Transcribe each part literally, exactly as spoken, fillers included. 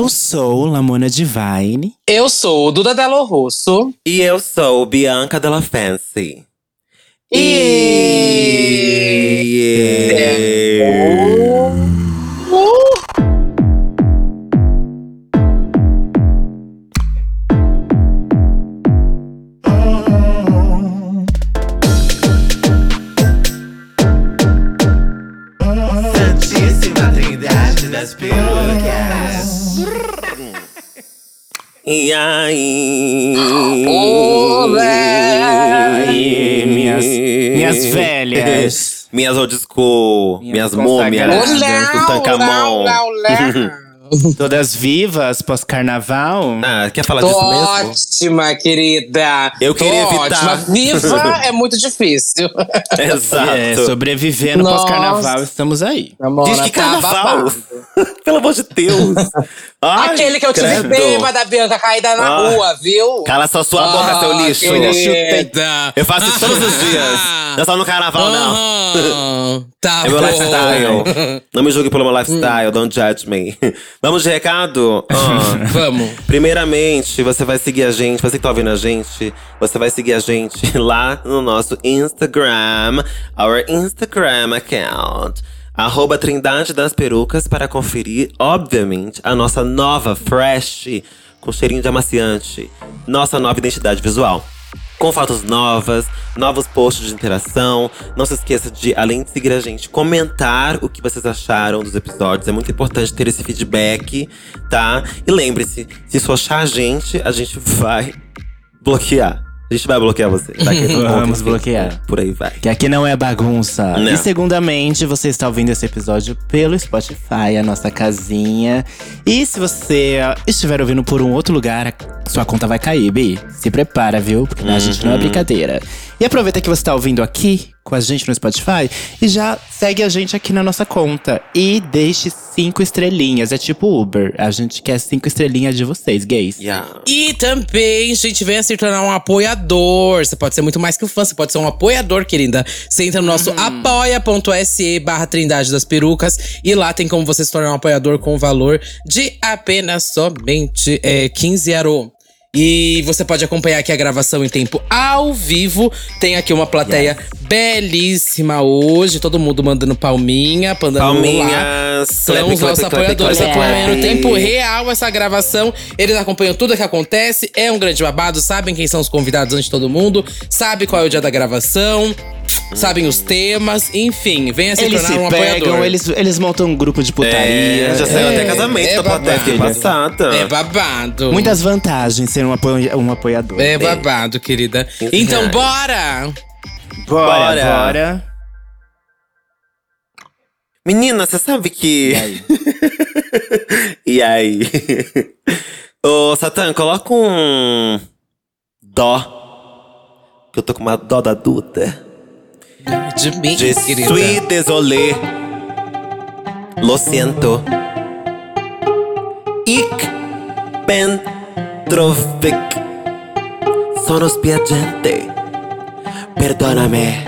Eu sou Lamona Divine. Eu sou Duda Delo Rosso. E eu sou Bianca Della Fancy. E… Yeah. Santíssima Trindade das Perucas. E aí? Olé! Aí, minhas, minhas velhas. Minhas old school, Minhas minhas múmias, consagradas. Tutankhamon. Todas vivas pós-carnaval. Ah, quer falar Tô disso mesmo? ótima, querida. Eu Tô queria evitar. ótima. Viva é muito difícil. Exato. É, sobrevivendo Nossa. pós-carnaval, estamos aí. Amor, Diz que tá carnaval. babado. Pelo amor de Deus. Ai, Aquele que eu tive credo. bêbada, Bianca, caída na Ah. rua, viu? Cala só sua boca, seu lixo. querida. Eu faço isso todos os dias. Não é só no carnaval, não. Aham. Tá É meu bom. lifestyle. Não me julgue pelo meu lifestyle, don't judge me. Vamos de recado? Ah. Vamos. Primeiramente, você vai seguir a gente, você que tá ouvindo a gente, você vai seguir a gente lá no nosso Instagram, our Instagram account. Arroba Trindade das Perucas para conferir, obviamente, a nossa nova fresh, com cheirinho de amaciante, nossa nova identidade visual. Com fotos novas, novos posts de interação. Não se esqueça de, além de seguir a gente, comentar o que vocês acharam dos episódios. É muito importante ter esse feedback, tá? E lembre-se, se sochar a gente, a gente vai bloquear. A gente vai bloquear você. Tá? Que Vamos enfim, bloquear. Por aí vai. Que aqui não é bagunça. Não. E segundamente, você está ouvindo esse episódio pelo Spotify, a nossa casinha. E se você ah, estiver ouvindo por um outro lugar, a sua conta vai cair, Bi. Se prepara, viu? Porque a gente não é brincadeira. E aproveita que você está ouvindo aqui com a gente no Spotify e já segue a gente aqui na nossa conta. E deixe cinco estrelinhas. É tipo Uber. A gente quer cinco estrelinhas de vocês, gays. Yeah. E também, gente, venha se tornar um apoiador. Você pode ser muito mais que um fã, você pode ser um apoiador, querida. Você entra no nosso apoia.se barra Trindade das Perucas. E lá tem como você se tornar um apoiador com o valor de apenas somente é, quinze euros. E você pode acompanhar aqui a gravação em tempo ao vivo. Tem aqui uma plateia belíssima hoje. Todo mundo mandando palminha, mandando Palminhas. lá. São clap, os clap, nossos clap, apoiadores clap. acompanhando em tempo real essa gravação. Eles acompanham tudo que acontece. É um grande babado. Sabem quem são os convidados antes de todo mundo. Sabe qual é o dia da gravação. Sabem os temas. Enfim, venha se Eles tornar se um pegam, apoiador. eles, eles montam um grupo de putaria. É, já saiu até casamento é da plateia, fiquei babado. passada. É babado. Muitas vantagens ser um, apoio, um apoiador. É babado, querida. Então, reais. bora! Bora, Bora. bora. Menina, você sabe que… E aí? E aí? Ô, Satã, coloca um… Dó. Que eu tô com uma dó da Duda. De mim, Je querida. suis désolé. Lo siento. Ik ben Trovic. Sono spiagente. Perdóname.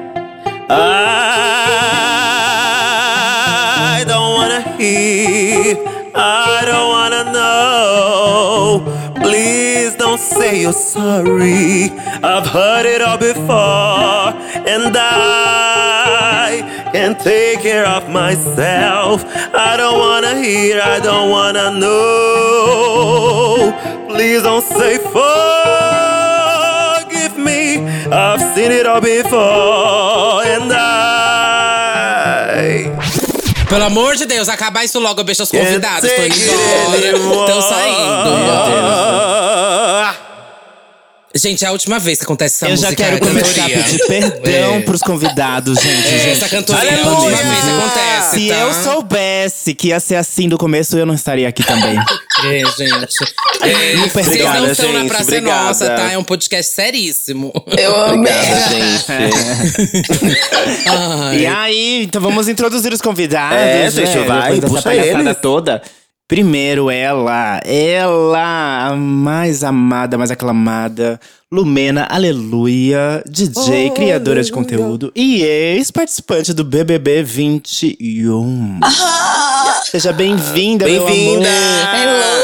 I don't wanna hear. I don't wanna know. Please don't say you're sorry. I've heard it all before. And I can't take care of myself. I don't wanna hear, I don't wanna know. Please don't say forgive me. I've seen it all before. And I Pelo amor de Deus, acabar isso logo, beijo os can't convidados. Tô take indo it embora. anymore. Estão saindo. Gente, é a última vez que acontece essa Eu música. já quero é começar a cantoria. pedir perdão É. pros convidados, gente. É, gente. essa cantoria é a Aleluia! última vez que acontece, Se tá? eu soubesse que ia ser assim do começo, eu não estaria aqui também. É, gente. É, vocês Obrigada, não estão na gente, Praça obrigada. Nossa, tá? É um podcast seríssimo. Eu amei. Obrigada, gente. Ai. E aí, então vamos introduzir os convidados. É, gente, né? vai, Depois dessa puxa palhaçada eles. toda. Primeiro, ela, ela, a mais amada, mais aclamada, Lumena Aleluia, D J, Oh, criadora de aleluia. conteúdo e ex-participante do B B B vinte e um. Ah, Seja bem-vinda, meu Bem-vinda! amor. hello,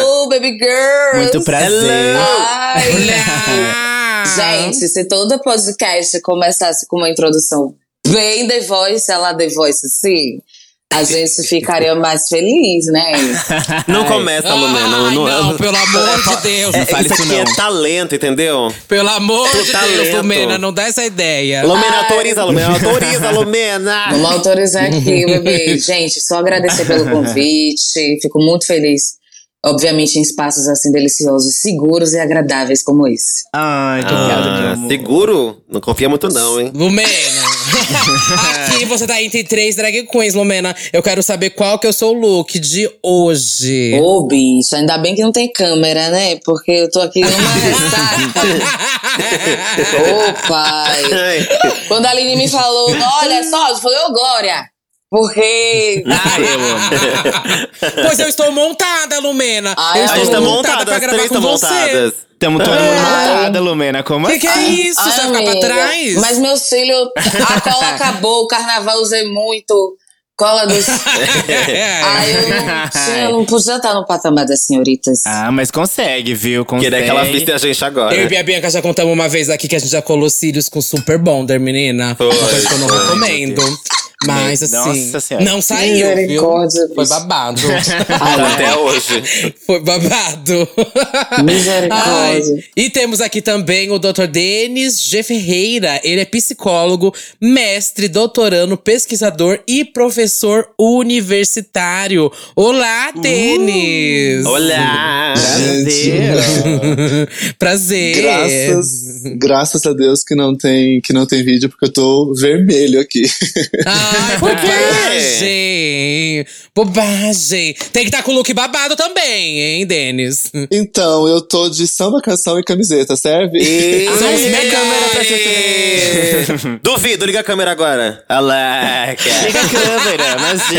baby girls! Muito prazer. Ai, Olá! gente, se todo podcast começasse com uma introdução bem The Voice, ela The Voice, sim, a gente ficaria mais feliz, né? Não começa, Ai, Lumena. Não, não, não, pelo amor de Deus, É, não fale isso isso aqui é não. talento, entendeu? Pelo amor Tu de talento. Deus, Lumena, não dá essa ideia. Lumena, autoriza, Lumena, autoriza, Lumena! Vamos autorizar aqui, bebê. Gente, só agradecer pelo convite. Fico muito feliz. Obviamente, em espaços assim deliciosos, seguros e agradáveis como esse. Ai, obrigada, meu Ah, amor. seguro? Não confia muito não, hein? Lumena, aqui você tá entre três drag queens, Lumena. Eu quero saber qual que é o seu look de hoje. Ô, bicho, ainda bem que não tem câmera, né? Porque eu tô aqui numa ressaca. Ô, pai. Ai. Quando a Aline me falou, olha só, eu falei, ô, Glória. Porque… Ai, eu amo. Pois eu estou montada, Lumena. Ai, eu a A estou gente tá montada montada, pra as gravar três com estão você. montadas. Tamo todo mundo montada, Lumena. Como Que que é assim? isso? Ai, Você vai ficar pra amiga, trás? Mas meus filhos, a cola acabou, o carnaval usei muito. Cola dos… Ai, eu não, tinha, eu não podia estar no patamar das senhoritas. Ah, mas consegue, viu? Consegue. Queria que ela visse a gente agora. Eu e a Bianca já contamos uma vez aqui que a gente já colou cílios com Super Bonder, menina. Foi, Uma coisa que eu não foi, recomendo. meu Mas Nossa assim, Senhora. não saiu, viu? Misericórdia, Foi bicho. babado. Tá até hoje. Foi babado. Misericórdia. Ai, e temos aqui também o doutor Denis G. Ferreira. Ele é psicólogo, mestre, doutorando, pesquisador e professor universitário. Olá, Denis! Olá! Prazer. Prazer! Graças, graças a Deus que não tem que não tem vídeo, porque eu tô vermelho aqui. Ai, bobagem! Bobagem! Tem que estar com o look babado também, hein, Denis? Então, eu tô de samba, canção e camiseta, serve? E... São os Liga a câmera pra melhores! você. Duvido, liga a câmera agora. Aleca. Liga a câmera,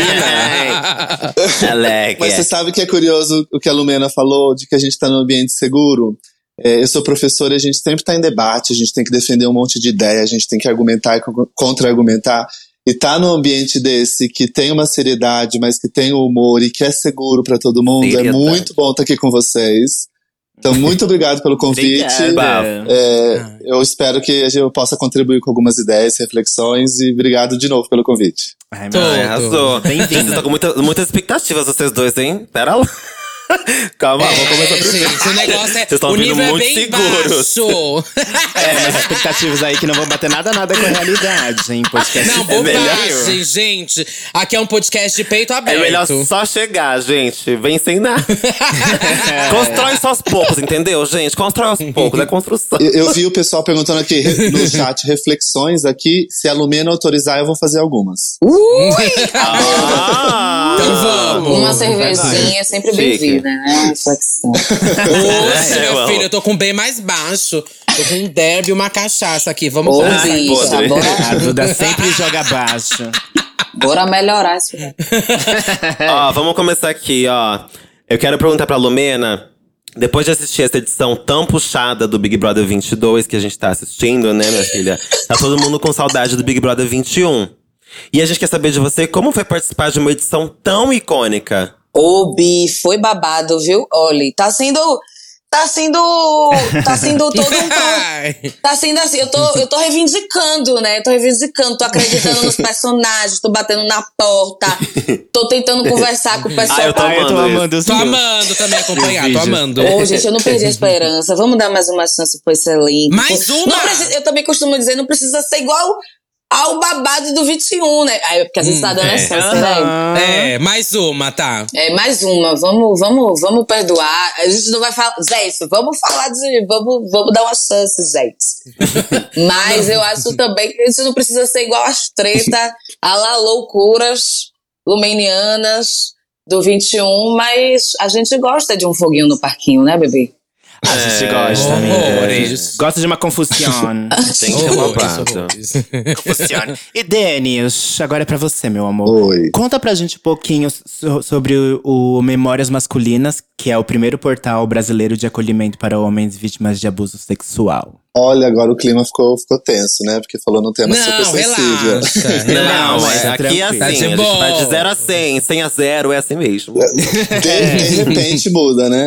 imagina. Aleca. Mas você sabe que é curioso o que a Lumena falou, de que a gente tá num ambiente seguro? É, eu sou professor e a gente sempre tá em debate, a gente tem que defender um monte de ideia, a gente tem que argumentar e co- contra-argumentar. E tá num ambiente desse que tem uma seriedade, mas que tem humor e que é seguro pra todo mundo. Seriedade. É muito bom estar aqui com vocês. Então, muito obrigado pelo convite. Obrigada. É, eu espero que eu possa contribuir com algumas ideias, reflexões, e obrigado de novo pelo convite. Ai, Tô. meu Ai, arrasou. Bem-vinda. Gente, eu tô com muita, muitas expectativas, vocês dois, hein? Pera lá. Calma, vamos começar É, primeiro. gente, o negócio é… Vocês estão o vindo nível é muito bem seguros. baixo. É, mas expectativas aí que não vão bater nada, nada com a realidade, hein? Podcast Não, é melhor. bobagem, gente. Aqui é um podcast de peito É aberto. melhor só chegar, gente. Vem sem nada. Constrói só aos poucos, entendeu, gente? Constrói aos poucos, é construção. Eu, eu vi o pessoal perguntando aqui re- no chat, reflexões aqui. Se a Lumena autorizar, eu vou fazer algumas. Ah! Então vamos. Uma cervejinha é sempre Chique. bem-vinda, né? Reflexão. Oxe, É, meu vamos. filho, eu tô com um bem mais baixo. Tô com um derby e uma cachaça aqui. Vamos Ô, começar. Ai, bicha, podre. A bora, Duda sempre joga baixo. bora melhorar isso. Ó, vamos começar aqui, ó. Eu quero perguntar pra Lumena, depois de assistir essa edição tão puxada do Big Brother vinte e dois que a gente tá assistindo, né, minha filha? Tá todo mundo com saudade do Big Brother vinte e um. E a gente quer saber de você como foi participar de uma edição tão icônica. Ô, Bi, foi babado, viu? Olha, tá sendo… Tá sendo… Tá sendo todo um… pro- Ai. Tá sendo assim, eu tô, eu tô reivindicando, né? Tô reivindicando, tô acreditando nos personagens, tô batendo na porta, tô tentando conversar com o pessoal. Ah, eu tô Ai, eu tô amando amando os Tô meus. amando também acompanhar, tô Vídeo. amando. Ô, gente, eu não perdi a esperança. Vamos dar mais uma chance pro excelente. Mais uma? Não precisa, eu também costumo dizer, não precisa ser igual ao babado do vinte e um, né? Aí, porque às vezes tá dando é. essa, né? Aham. É, mais uma, tá? É, mais uma. Vamos, vamos, vamos perdoar. A gente não vai falar… Gente, vamos falar de… Vamos, vamos dar uma chance, gente. Mas eu acho também que a gente não precisa ser igual às treta, a lá loucuras lumenianas do vinte e um, mas a gente gosta de um foguinho no parquinho, né, bebê? A gente É, gosta, amiga. horrores. Gosta de uma confusão. Tem que ser uma Horrores, babado. horrores. Confusão. E Denis, agora é pra você, meu amor. Oi. Conta pra gente um pouquinho so- sobre o, o Memórias Masculinas, que é o primeiro portal brasileiro de acolhimento para homens vítimas de abuso sexual. Olha, agora o clima ficou, ficou tenso, né? Porque falou num tema super Não, sensível. relaxa. Não, relaxa. mas é, tá aqui é tranquilo. assim, Tá a de gente vai de boa. zero a cem, cem a zero, é assim mesmo. De, de repente muda, né?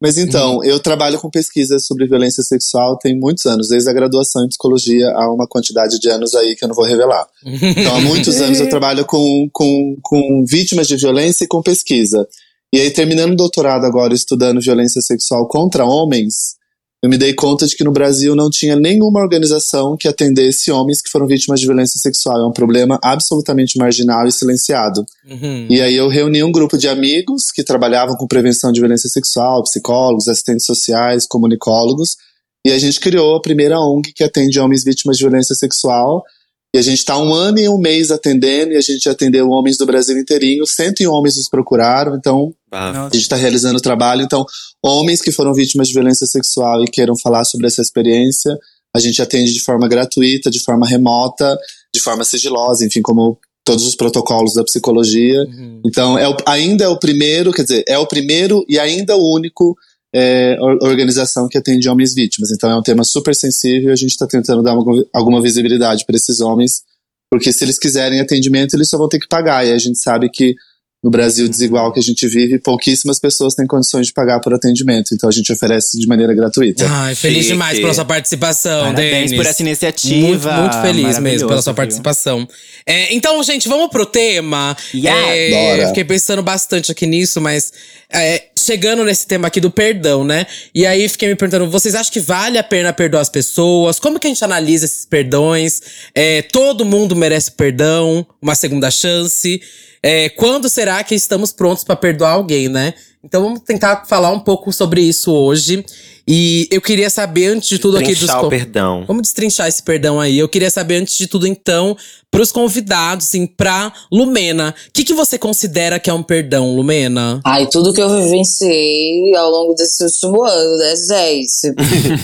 Mas então, Uhum. eu trabalho com pesquisa sobre violência sexual tem muitos anos, desde a graduação em psicologia há uma quantidade de anos aí que eu não vou revelar. Então, há muitos anos eu trabalho com, com, com vítimas de violência e com pesquisa. E aí, terminando o doutorado agora, estudando violência sexual contra homens, eu me dei conta de que no Brasil não tinha nenhuma organização que atendesse homens que foram vítimas de violência sexual. É um problema absolutamente marginal e silenciado. Uhum. E aí eu reuni um grupo de amigos que trabalhavam com prevenção de violência sexual, psicólogos, assistentes sociais, comunicólogos, e a gente criou a primeira O N G que atende homens vítimas de violência sexual. E a gente está um ano e um mês atendendo, e a gente atendeu homens do Brasil inteirinho, cento e um homens nos procuraram, então Ah, a gente está realizando o trabalho. Então, homens que foram vítimas de violência sexual e queiram falar sobre essa experiência, a gente atende de forma gratuita, de forma remota, de forma sigilosa, enfim, como todos os protocolos da psicologia. Uhum. Então, é o, ainda é o primeiro, quer dizer, é o primeiro e ainda o único é, or- organização que atende homens vítimas. Então, é um tema super sensível e a gente está tentando dar uma, alguma visibilidade para esses homens, porque se eles quiserem atendimento, eles só vão ter que pagar. E a gente sabe que no Brasil desigual que a gente vive, pouquíssimas pessoas têm condições de pagar por atendimento. Então, a gente oferece de maneira gratuita. Ai, feliz Chique. demais pela sua participação, Parabéns Denis. por essa iniciativa. Muito, muito feliz mesmo Maravilhoso, pela sua viu? participação. É, então, gente, vamos pro tema. Yeah. É, Bora. fiquei pensando bastante aqui nisso, mas é, chegando nesse tema aqui do perdão, né? E aí fiquei me perguntando, vocês acham que vale a pena perdoar as pessoas? Como que a gente analisa esses perdões? É, todo mundo merece perdão, uma segunda chance. É, quando será que estamos prontos pra perdoar alguém, né? Então vamos tentar falar um pouco sobre isso hoje. E eu queria saber, antes de tudo aqui dos Trinchar con- o perdão. Vamos destrinchar esse perdão aí. Eu queria saber, antes de tudo, então, pros convidados, assim, pra Lumena. O que, que você considera que é um perdão, Lumena? Ai, tudo que eu vivenciei ao longo desse último ano, né, gente?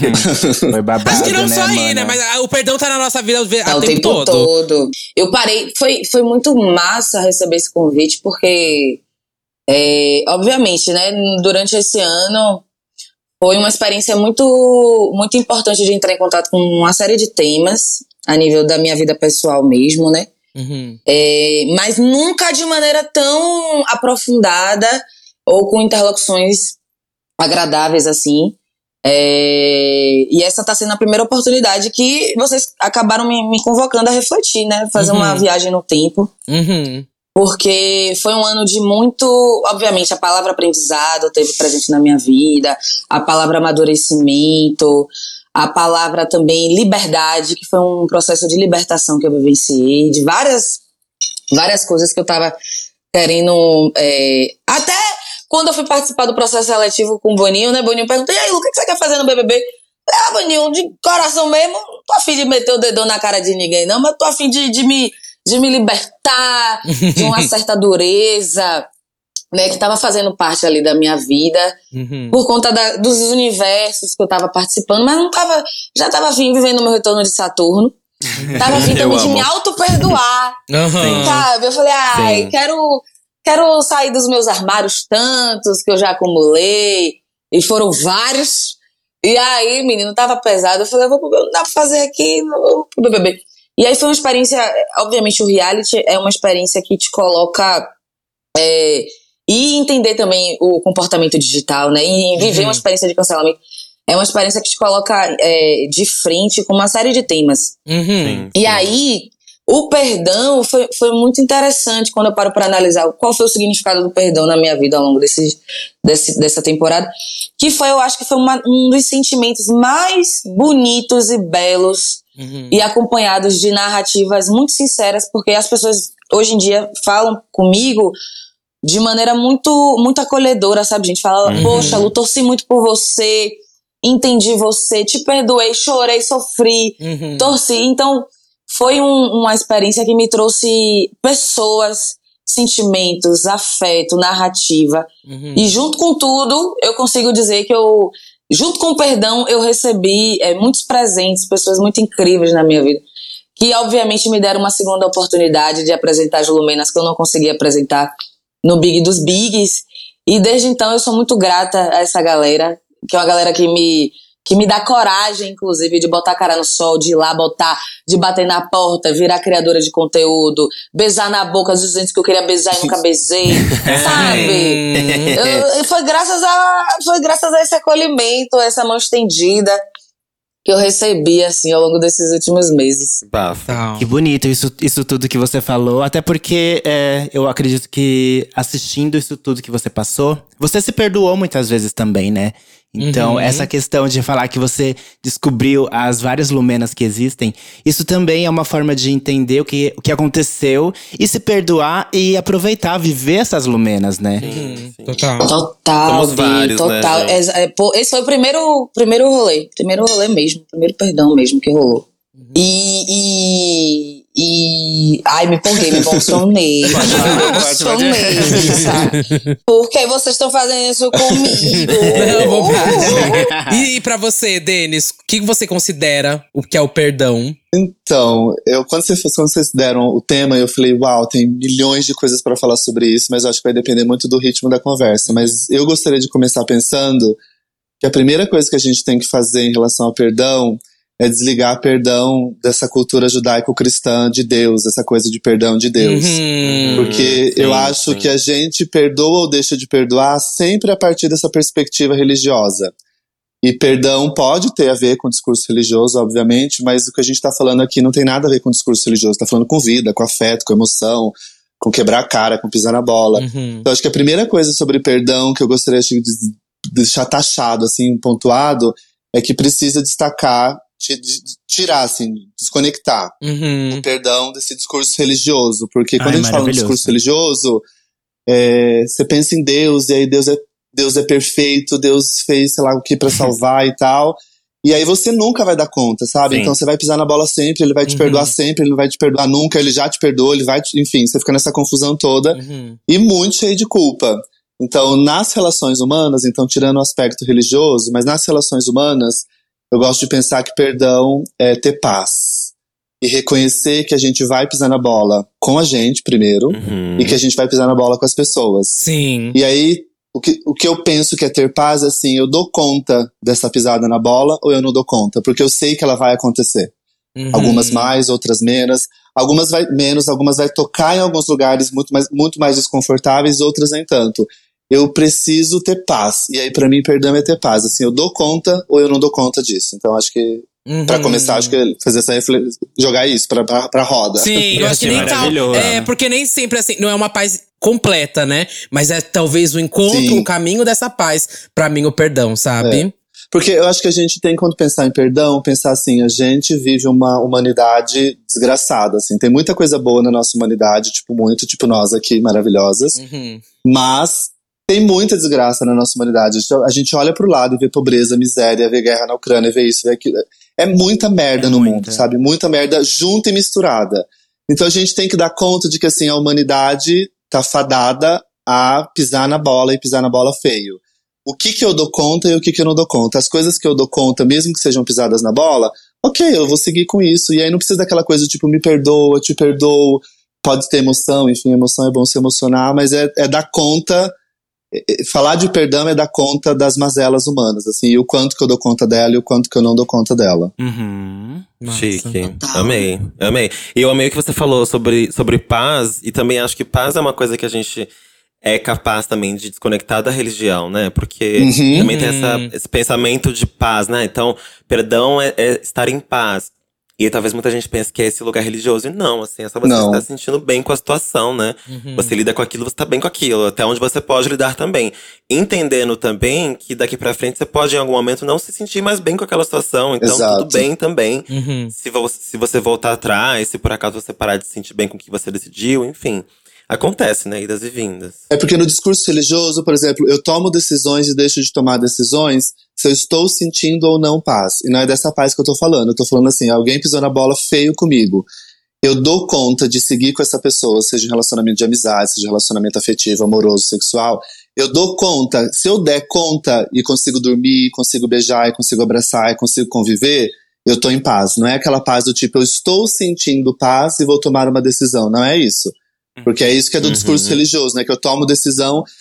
Foi babado, Acho que não né, só aí, mana? né? Mas ah, o perdão tá na nossa vida o Tá, o tempo, todo. todo. Eu parei, foi, foi muito massa receber esse convite, porque, é, obviamente, né, durante esse ano foi uma experiência muito, muito importante de entrar em contato com uma série de temas, a nível da minha vida pessoal mesmo, né? Uhum. É, mas nunca de maneira tão aprofundada ou com interlocuções agradáveis assim. É, e essa tá sendo a primeira oportunidade que vocês acabaram me, me convocando a refletir, né? Fazer Uhum. uma viagem no tempo. Uhum. Porque foi um ano de muito… Obviamente, a palavra aprendizado teve presente na minha vida, a palavra amadurecimento, a palavra também liberdade, que foi um processo de libertação que eu vivenciei, de várias, várias coisas que eu tava querendo… é, até quando eu fui participar do processo seletivo com o Boninho, né? Boninho perguntou, e aí, Lu, o que você quer fazer no B B B? Ah, Boninho, de coração mesmo, não tô afim de meter o dedão na cara de ninguém, não, mas tô afim de, de me… de me libertar de uma certa dureza, né, que tava fazendo parte ali da minha vida, Uhum. por conta da- dos universos que eu tava participando, mas não tava, já tava afim vivendo meu retorno de Saturno, tava afim também de amo. me auto-perdoar, Uhum. sabe? Eu falei, ai, Sim. quero, quero sair dos meus armários tantos que eu já acumulei, e foram vários, e aí, menino, tava pesado, eu falei, eu vou, não dá pra fazer aqui, vou pro B B B. E aí foi uma experiência, obviamente o reality é uma experiência que te coloca… É, e entender também o comportamento digital, né? E viver Uhum. uma experiência de cancelamento é uma experiência que te coloca é, de frente com uma série de temas. Uhum. Sim, E sim. aí, o perdão foi, foi muito interessante quando eu paro para analisar qual foi o significado do perdão na minha vida ao longo desse, desse, dessa temporada. Que foi, eu acho que foi uma, um dos sentimentos mais bonitos e belos Uhum. e acompanhados de narrativas muito sinceras, porque as pessoas hoje em dia falam comigo de maneira muito, muito acolhedora, sabe? A gente fala, Uhum. poxa, Lu, torci muito por você, entendi você, te perdoei, chorei, sofri, Uhum. torci. Então, foi um- uma experiência que me trouxe pessoas, sentimentos, afeto, narrativa. Uhum. E junto com tudo, eu consigo dizer que eu… Junto com o perdão, eu recebi é, muitos presentes, pessoas muito incríveis na minha vida, que obviamente me deram uma segunda oportunidade de apresentar as Lumenas que eu não conseguia apresentar no Big dos Bigs. E desde então eu sou muito grata a essa galera, que é uma galera que me, que me dá coragem, inclusive, de botar a cara no sol, de ir lá botar, de bater na porta, virar criadora de conteúdo, beijar na boca dos gente que eu queria beijar e nunca beijei, sabe? Eu, foi, graças a, foi graças a esse acolhimento, a essa mão estendida que eu recebi, assim, ao longo desses últimos meses. Bafo. Tá. Que bonito isso, isso tudo que você falou. Até porque é, eu acredito que assistindo isso tudo que você passou, você se perdoou muitas vezes também, né? Então, Uhum. essa questão de falar que você descobriu as várias lumenas que existem, isso também é uma forma de entender o que, o que aconteceu e se perdoar e aproveitar, viver essas lumenas, né? Hum, total. Total, Somos Bi, vários, né, total. gente? É, é, pô, esse foi o primeiro, primeiro rolê. Primeiro rolê mesmo. Primeiro perdão mesmo que rolou. E, e, e. Ai, me empolguei, me emocionei. me emocionei, sabe? Por que vocês estão fazendo isso comigo? Não, bobagem. E pra você, Denis, o que você considera o que é o perdão? Então, eu, quando, vocês, quando vocês deram o tema, eu falei, uau, tem milhões de coisas para falar sobre isso, mas eu acho que vai depender muito do ritmo da conversa. Mas eu gostaria de começar pensando que a primeira coisa que a gente tem que fazer em relação ao perdão é desligar perdão dessa cultura judaico-cristã de Deus, essa coisa de perdão de Deus. Uhum. Porque Sim, eu acho sim. que a gente perdoa ou deixa de perdoar sempre a partir dessa perspectiva religiosa. E perdão pode ter a ver com discurso religioso, obviamente, mas o que a gente está falando aqui não tem nada a ver com discurso religioso. Está falando com vida, com afeto, com emoção, com quebrar a cara, com pisar na bola. Uhum. Então acho que a primeira coisa sobre perdão que eu gostaria de deixar taxado, assim, pontuado, é que precisa destacar, tirar, assim, desconectar Uhum. o perdão desse discurso religioso. Porque quando Ai, a gente fala em maravilhoso. discurso religioso, é, você pensa em Deus, e aí Deus é, Deus é perfeito, Deus fez sei lá o que pra salvar e tal. E aí você nunca vai dar conta, sabe? Sim. Então você vai pisar na bola sempre, ele vai te Uhum. perdoar sempre, ele não vai te perdoar nunca, ele já te perdoou, ele vai te… Enfim, você fica nessa confusão toda Uhum. e muito cheio de culpa. Então, nas relações humanas, então tirando o aspecto religioso, mas nas relações humanas, eu gosto de pensar que perdão é ter paz. E reconhecer que a gente vai pisar na bola com a gente primeiro, Uhum. e que a gente vai pisar na bola com as pessoas. Sim. E aí, o que, o que eu penso que é ter paz é assim, eu dou conta dessa pisada na bola ou eu não dou conta? Porque eu sei que ela vai acontecer. Uhum. Algumas mais, outras menos. Algumas vai menos, algumas vai tocar em alguns lugares muito mais, muito mais desconfortáveis, outras nem tanto. Eu preciso ter paz. E aí, pra mim, perdão é ter paz. Assim, eu dou conta ou eu não dou conta disso. Então, acho que, Uhum. pra começar, acho que fazer essa refle- jogar isso pra, pra, pra roda. Sim, eu acho que nem tal. Maravilhoso. É, porque nem sempre assim, não é uma paz completa, né? Mas é talvez o encontro, Sim. o caminho dessa paz, pra mim, o perdão, sabe? É. Porque eu acho que a gente tem, quando pensar em perdão, pensar assim, a gente vive uma humanidade desgraçada, assim. Tem muita coisa boa na nossa humanidade, tipo, muito, tipo nós aqui, maravilhosas. Uhum. Mas tem muita desgraça na nossa humanidade. A gente olha pro lado e vê pobreza, miséria, vê guerra na Ucrânia, vê isso, vê aquilo. É muita merda É no muita. mundo, sabe? Muita merda junta e misturada. Então a gente tem que dar conta de que, assim, a humanidade tá fadada a pisar na bola e pisar na bola feio. O que que eu dou conta e o que que eu não dou conta? As coisas que eu dou conta, mesmo que sejam pisadas na bola, ok, eu vou seguir com isso. E aí não precisa daquela coisa tipo, me perdoa, te perdoo. Pode ter emoção, enfim, emoção é bom se emocionar, mas é, é dar conta… é- é- falar de perdão é dar conta das mazelas humanas, assim, e o quanto que eu dou conta dela e o quanto que eu não dou conta dela. Uhum. Massa. Chique. Amei, amei. E eu amei o que você falou sobre, sobre paz, e também acho que paz é uma coisa que a gente é capaz também de desconectar da religião, né? Porque Uhum. também tem essa, esse pensamento de paz, né? Então, perdão é, é estar em paz. E talvez muita gente pense que é esse lugar religioso. E não, assim, é só você Não. estar se sentindo bem com a situação, né? Você lida com aquilo, você tá bem com aquilo. Até onde você pode lidar também. Entendendo também que daqui pra frente você pode, em algum momento, não se sentir mais bem com aquela situação. Então, Exato. tudo bem também. Uhum. Se, vo se você voltar atrás, se por acaso você parar de se sentir bem com o que você decidiu, enfim. Acontece, né? Idas e vindas. É porque no discurso religioso, por exemplo, eu tomo decisões e deixo de tomar decisões se eu estou sentindo ou não paz. E não é dessa paz que eu tô falando. Eu tô falando assim, alguém pisou na bola feio comigo. Eu dou conta de seguir com essa pessoa, seja em relacionamento de amizade, seja em relacionamento afetivo, amoroso, sexual. Eu dou conta, se eu der conta e consigo dormir, consigo beijar, e consigo abraçar, e consigo conviver, eu tô em paz. Não é aquela paz do tipo, eu estou sentindo paz e vou tomar uma decisão. Não é isso. Porque é isso que é do Uhum. discurso religioso, né? Que eu tomo decisão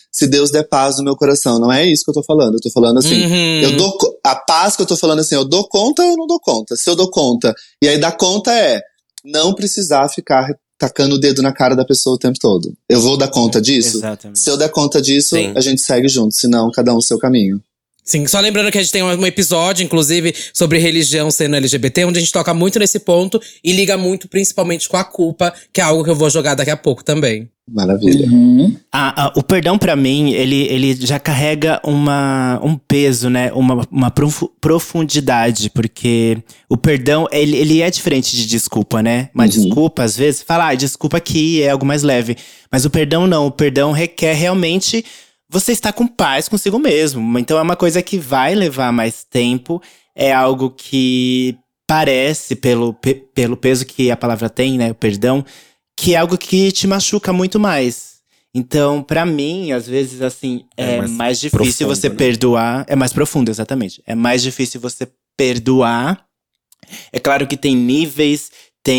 se Deus der paz no meu coração. Não é isso que eu tô falando. Eu tô falando assim, Uhum. eu dou co- a paz que eu tô falando assim, eu dou conta ou eu não dou conta? Se eu dou conta, e aí dar conta é não precisar ficar tacando o dedo na cara da pessoa o tempo todo. Eu vou dar conta disso? Exatamente. Se eu der conta disso, Sim. a gente segue junto, senão cada um o seu caminho. Sim, só lembrando que a gente tem um episódio, inclusive, sobre religião sendo L G B T, onde a gente toca muito nesse ponto e liga muito, principalmente, com a culpa, que é algo que eu vou jogar daqui a pouco também. Maravilha. Ah, ah, o perdão, pra mim, ele, ele já carrega uma, um peso, né? Uma, uma profu- profundidade. Porque o perdão, ele, ele é diferente de desculpa, né? Uma Uhum. desculpa, às vezes, fala, ah, desculpa aqui, é algo mais leve. Mas o perdão não. O perdão requer realmente você estar com paz consigo mesmo. Então é uma coisa que vai levar mais tempo. É algo que parece, pelo, pe- pelo peso que a palavra tem, né? O perdão, que é algo que te machuca muito mais. Então, pra mim, às vezes, assim, É é, mais mais, difícil profundo, você né? perdoar. É mais profundo, exatamente. É mais difícil você perdoar. É claro que tem níveis,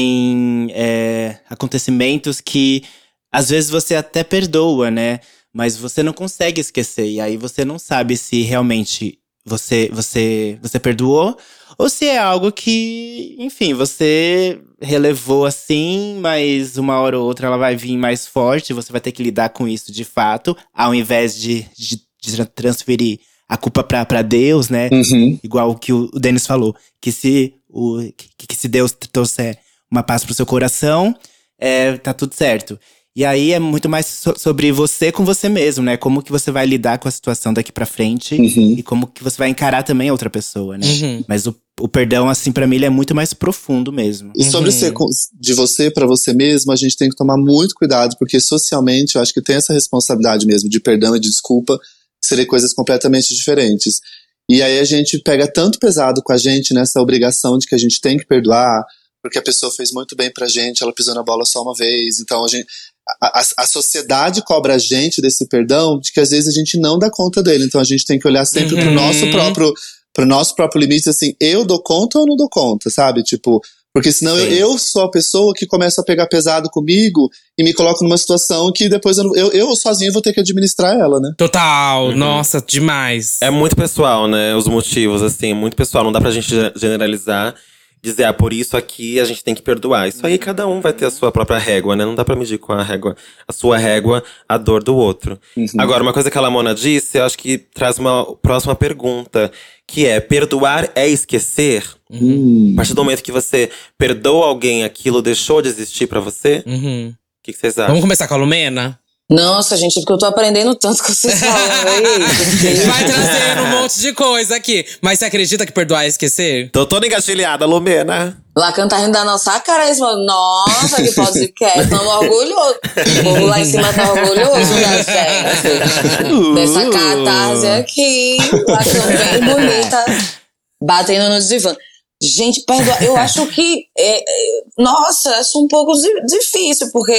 tem é, acontecimentos que às vezes você até perdoa, né? Mas você não consegue esquecer. E aí você não sabe se realmente você, você, você perdoou ou se é algo que, enfim, você relevou assim, mas uma hora ou outra ela vai vir mais forte. Você vai ter que lidar com isso de fato, ao invés de, de, de transferir a culpa pra, pra Deus, né? Uhum. Igual o que o o Denis falou. Que se, o, que, que se Deus trouxer uma paz pro seu coração, é, tá tudo certo. E aí é muito mais so- sobre você com você mesmo, né? Como que você vai lidar com a situação daqui pra frente. Uhum. E como que você vai encarar também a outra pessoa, né? Uhum. Mas o, o perdão, assim, pra mim, ele é muito mais profundo mesmo. E sobre Uhum. ser com- de você pra você mesmo, a gente tem que tomar muito cuidado, porque socialmente eu acho que tem essa responsabilidade mesmo de perdão e de desculpa serem coisas completamente diferentes. E aí a gente pega tanto pesado com a gente nessa obrigação de que a gente tem que perdoar, porque a pessoa fez muito bem pra gente, ela pisou na bola só uma vez. Então a gente, a, a, a sociedade cobra a gente desse perdão, de que às vezes a gente não dá conta dele. Então a gente tem que olhar sempre pro Uhum. nosso próprio pro nosso próprio limite, assim, eu dou conta ou não dou conta, sabe? Tipo, porque senão eu, Sim. eu sou a pessoa que começa a pegar pesado comigo e me coloco numa situação que depois eu, não- eu, eu sozinho vou ter que administrar ela, né? Total, nossa, demais. É muito pessoal, né? Os motivos, assim, muito pessoal. Não dá pra gente ge- generalizar, dizer, ah, por isso aqui a gente tem que perdoar. Isso aí cada um vai ter a sua própria régua, né? Não dá pra medir com a régua, a sua régua, a dor do outro. Agora, uma coisa que a Lamona disse, eu acho que traz uma próxima pergunta, que é: perdoar é esquecer? Hum. A partir do momento que você perdoa alguém, aquilo deixou de existir pra você? O Uhum. que, que vocês acham? Vamos começar com a Lumena? Nossa, gente, porque eu tô aprendendo tanto com vocês falando aí. Vai trazendo um monte de coisa aqui. Mas você acredita que perdoar é esquecer? Tô toda engatilhada, Lumena. Lacan tá rindo da nossa cara, eles falam, nossa, que podcast, tamo orgulhoso. O povo lá em cima tá orgulhoso da gente. Dessa catarse aqui, Lacan bem bonita, batendo no divã. Gente, perdoa, eu acho que, é, é, nossa, acho um pouco di- difícil, porque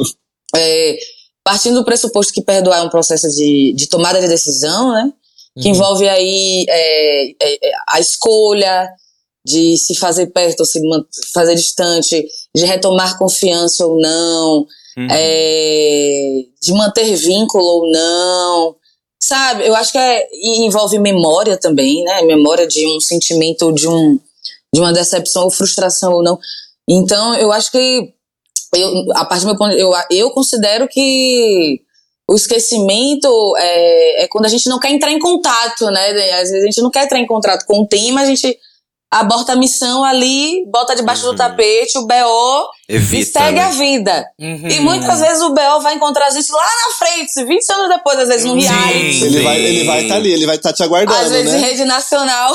é, partindo do pressuposto que perdoar é um processo de, de tomada de decisão, né? Que envolve aí é, é, é, a escolha de se fazer perto ou se man- fazer distante, de retomar confiança ou não, é, de manter vínculo ou não, sabe? Eu acho que é, e envolve memória também, né? Memória de um sentimento, de, um, de uma decepção ou frustração ou não. Então, eu acho que, eu, a partir do meu ponto, eu, eu considero que o esquecimento é, é quando a gente não quer entrar em contato, né? Às vezes a gente não quer entrar em contato com o tema, a gente aborta a missão ali, bota debaixo do tapete o B O Evita, e segue né? a vida. Uhum. E muitas vezes o B O vai encontrar a gente lá na frente, vinte anos depois, às vezes no Sim. reality. Ele vai ele vai estar ali, ele vai estar te aguardando, Às vezes em né? rede nacional.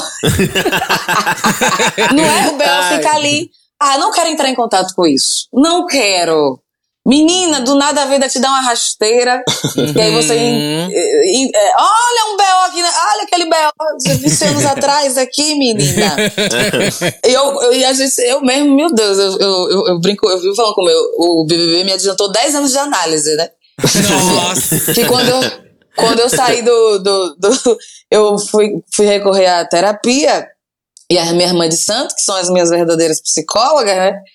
Não é? O B O fica ali. Ah, não quero entrar em contato com isso. Não quero. Menina, do nada a vida te dá uma rasteira. E aí você. Uhum. e- e- é, olha um B O aqui, né? Olha aquele B O de vinte anos atrás aqui, menina. E eu, eu, e às vezes eu mesmo, meu Deus, eu, eu, eu, eu brinco, eu vivo falando com o meu. O B B B me adiantou dez anos de análise, né? Nossa. Que quando eu, quando eu saí do, do, do. Eu fui, fui recorrer à terapia, e a minha irmã de santo, que são as minhas verdadeiras psicólogas, né?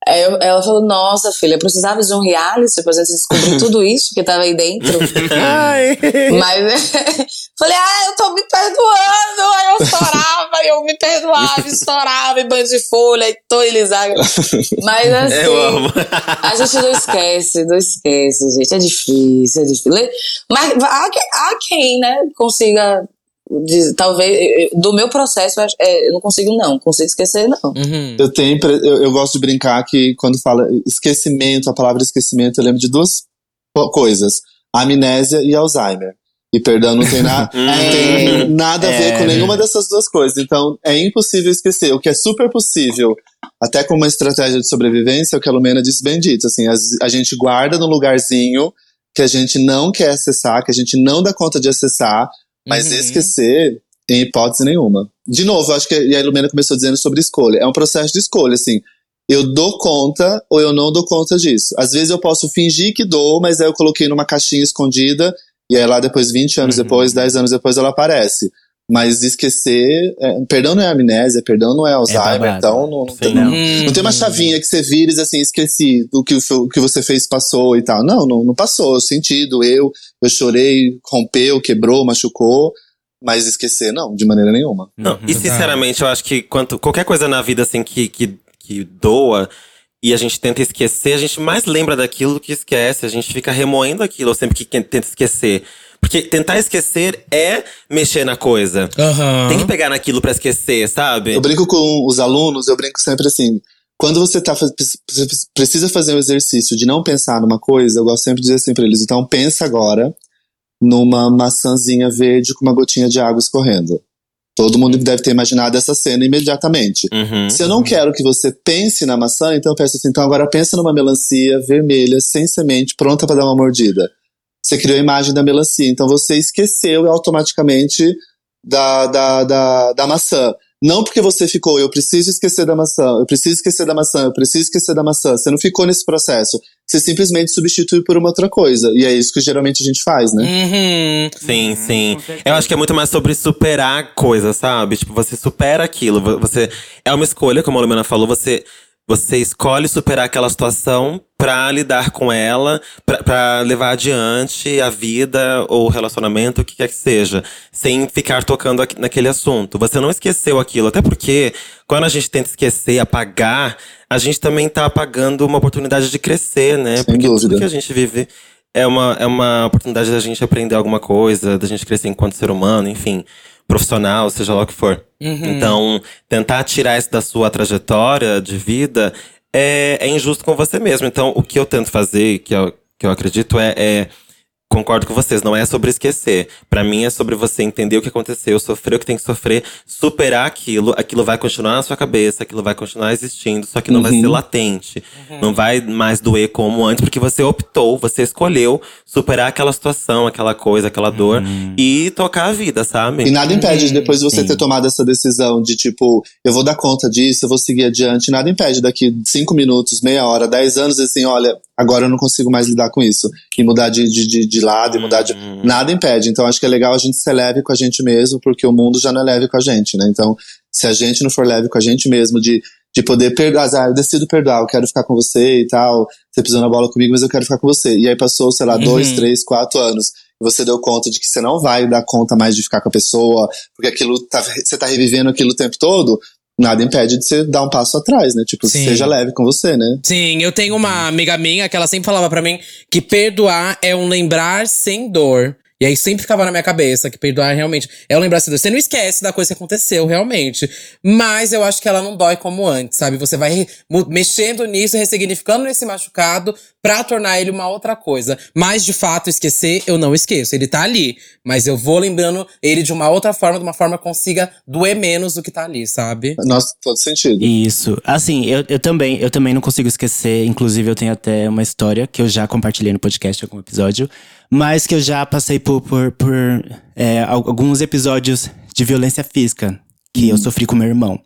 Aí eu- ela falou, nossa, filha, eu precisava de um reality pra gente descobrir tudo isso que tava aí dentro. Ai. Mas falei, ah, eu tô me perdoando. Aí eu chorava, eu me perdoava, estourava em banho de folha, e tô Elisângela. Mas assim, Eu amo. a gente não esquece, não esquece, gente. É difícil, é difícil. Mas há, que- há quem, né, consiga. de- talvez, eh, do meu processo, eu acho- é, eu não consigo, não. Consigo esquecer, não. Uhum. Eu tenho, impre- eu, eu gosto de brincar que quando fala esquecimento, a palavra esquecimento, eu lembro de duas co- coisas: amnésia e Alzheimer. E perdão não tem, na, não tem nada a ver É, com nenhuma dessas duas coisas. Então é impossível esquecer. O que é super possível, até como uma estratégia de sobrevivência, é o que a Lumena disse bem dito. Assim, as- a gente guarda num lugarzinho que a gente não quer acessar, que a gente não dá conta de acessar, mas Uhum. esquecer, em hipótese nenhuma. De novo, eu acho que e a Ilumina começou dizendo sobre escolha. É um processo de escolha, assim. Eu dou conta ou eu não dou conta disso. Às vezes eu posso fingir que dou, mas aí eu coloquei numa caixinha escondida e aí lá depois, vinte anos Uhum. depois, dez anos depois, ela aparece. Mas esquecer… é, perdão não é amnésia, perdão não é Alzheimer, babado. então não, não, Sim. tem, não, Uhum. não tem uma chavinha que você vira e diz assim, esqueci do que, o fe- o que você fez passou e tal. Não, não, não passou. Eu senti, doeu, eu chorei, rompeu, quebrou, machucou. Mas esquecer, não, de maneira nenhuma. Não, e sinceramente, eu acho que quanto, qualquer coisa na vida assim que, que, que doa e a gente tenta esquecer, a gente mais lembra daquilo do que esquece. A gente fica remoendo aquilo sempre que tenta esquecer. Porque tentar esquecer é mexer na coisa. Aham. Tem que pegar naquilo pra esquecer, sabe? Eu brinco com os alunos, eu brinco sempre assim. Quando você tá, faz- pre- precisa fazer um exercício de não pensar numa coisa, eu gosto sempre de dizer assim pra eles, então pensa agora numa maçãzinha verde com uma gotinha de água escorrendo. Todo mundo deve ter imaginado essa cena imediatamente. Uhum. Se eu não quero que você pense na maçã, então eu peço assim, então agora pensa numa melancia vermelha, sem semente, pronta para dar uma mordida. Você criou a imagem da melancia, então você esqueceu automaticamente da, da, da, da maçã. Não porque você ficou, eu preciso esquecer da maçã, eu preciso esquecer da maçã, eu preciso esquecer da maçã. Você não ficou nesse processo. Você simplesmente substitui por uma outra coisa. E é isso que geralmente a gente faz, né? Uhum. Sim, sim. Eu acho que é muito mais sobre superar coisas, sabe? Tipo, você supera aquilo. vo- Você é uma escolha, como a Lumena falou, você você escolhe superar aquela situação pra lidar com ela, pra, pra levar adiante a vida ou o relacionamento, o que quer que seja, sem ficar tocando aqui- naquele assunto. Você não esqueceu aquilo, até porque quando a gente tenta esquecer, apagar, a gente também tá apagando uma oportunidade de crescer, né? Sem Porque dúvida. tudo que a gente vive é uma, é uma oportunidade da gente aprender alguma coisa, da gente crescer enquanto ser humano, enfim, profissional, seja lá o que for. Então, tentar tirar isso da sua trajetória de vida é, é injusto com você mesmo. Então, o que eu tento fazer, que eu, que eu acredito, é, é concordo com vocês, não é sobre esquecer. Pra mim é sobre você entender o que aconteceu, sofrer o que tem que sofrer, superar aquilo, aquilo vai continuar na sua cabeça, aquilo vai continuar existindo, só que não vai ser latente. Não vai mais doer como antes, porque você optou, você escolheu superar aquela situação, aquela coisa, aquela dor e tocar a vida, sabe? E nada impede de depois de você sim. ter tomado essa decisão de tipo, eu vou dar conta disso, eu vou seguir adiante. Nada impede daqui cinco minutos, meia hora, dez anos, assim, olha, agora eu não consigo mais lidar com isso. E mudar de, de, de, de lado, e mudar de… Nada impede. Então acho que é legal a gente ser leve com a gente mesmo, porque o mundo já não é leve com a gente, né? Então, se a gente não for leve com a gente mesmo, de, de poder perdoar, ah, eu decido perdoar, eu quero ficar com você e tal, você pisou na bola comigo, mas eu quero ficar com você. E aí passou, sei lá, dois, três, quatro anos. E você deu conta de que você não vai dar conta mais de ficar com a pessoa, porque aquilo tá, você tá revivendo aquilo o tempo todo. Nada impede de você dar um passo atrás, né? Tipo, Sim. seja leve com você, né? Sim, eu tenho uma amiga minha que ela sempre falava pra mim que perdoar é um lembrar sem dor. E aí sempre ficava na minha cabeça que perdoar realmente é um lembrar sem dor. Você não esquece da coisa que aconteceu, realmente. Mas eu acho que ela não dói como antes, sabe? Você vai re- mu- mexendo nisso, ressignificando esse machucado pra tornar ele uma outra coisa. Mas, de fato, esquecer, eu não esqueço. Ele tá ali. Mas eu vou lembrando ele de uma outra forma, de uma forma que consiga doer menos do que tá ali, sabe? Nossa, todo sentido. Isso. Assim, eu, eu também, eu também não consigo esquecer. Inclusive, eu tenho até uma história que eu já compartilhei no podcast, em algum episódio. Mas que eu já passei por, por, por é, al- alguns episódios de violência física que eu sofri com meu irmão.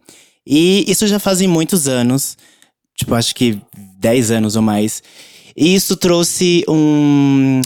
E isso já fazem muitos anos. Tipo, acho que dez anos ou mais. E isso trouxe um…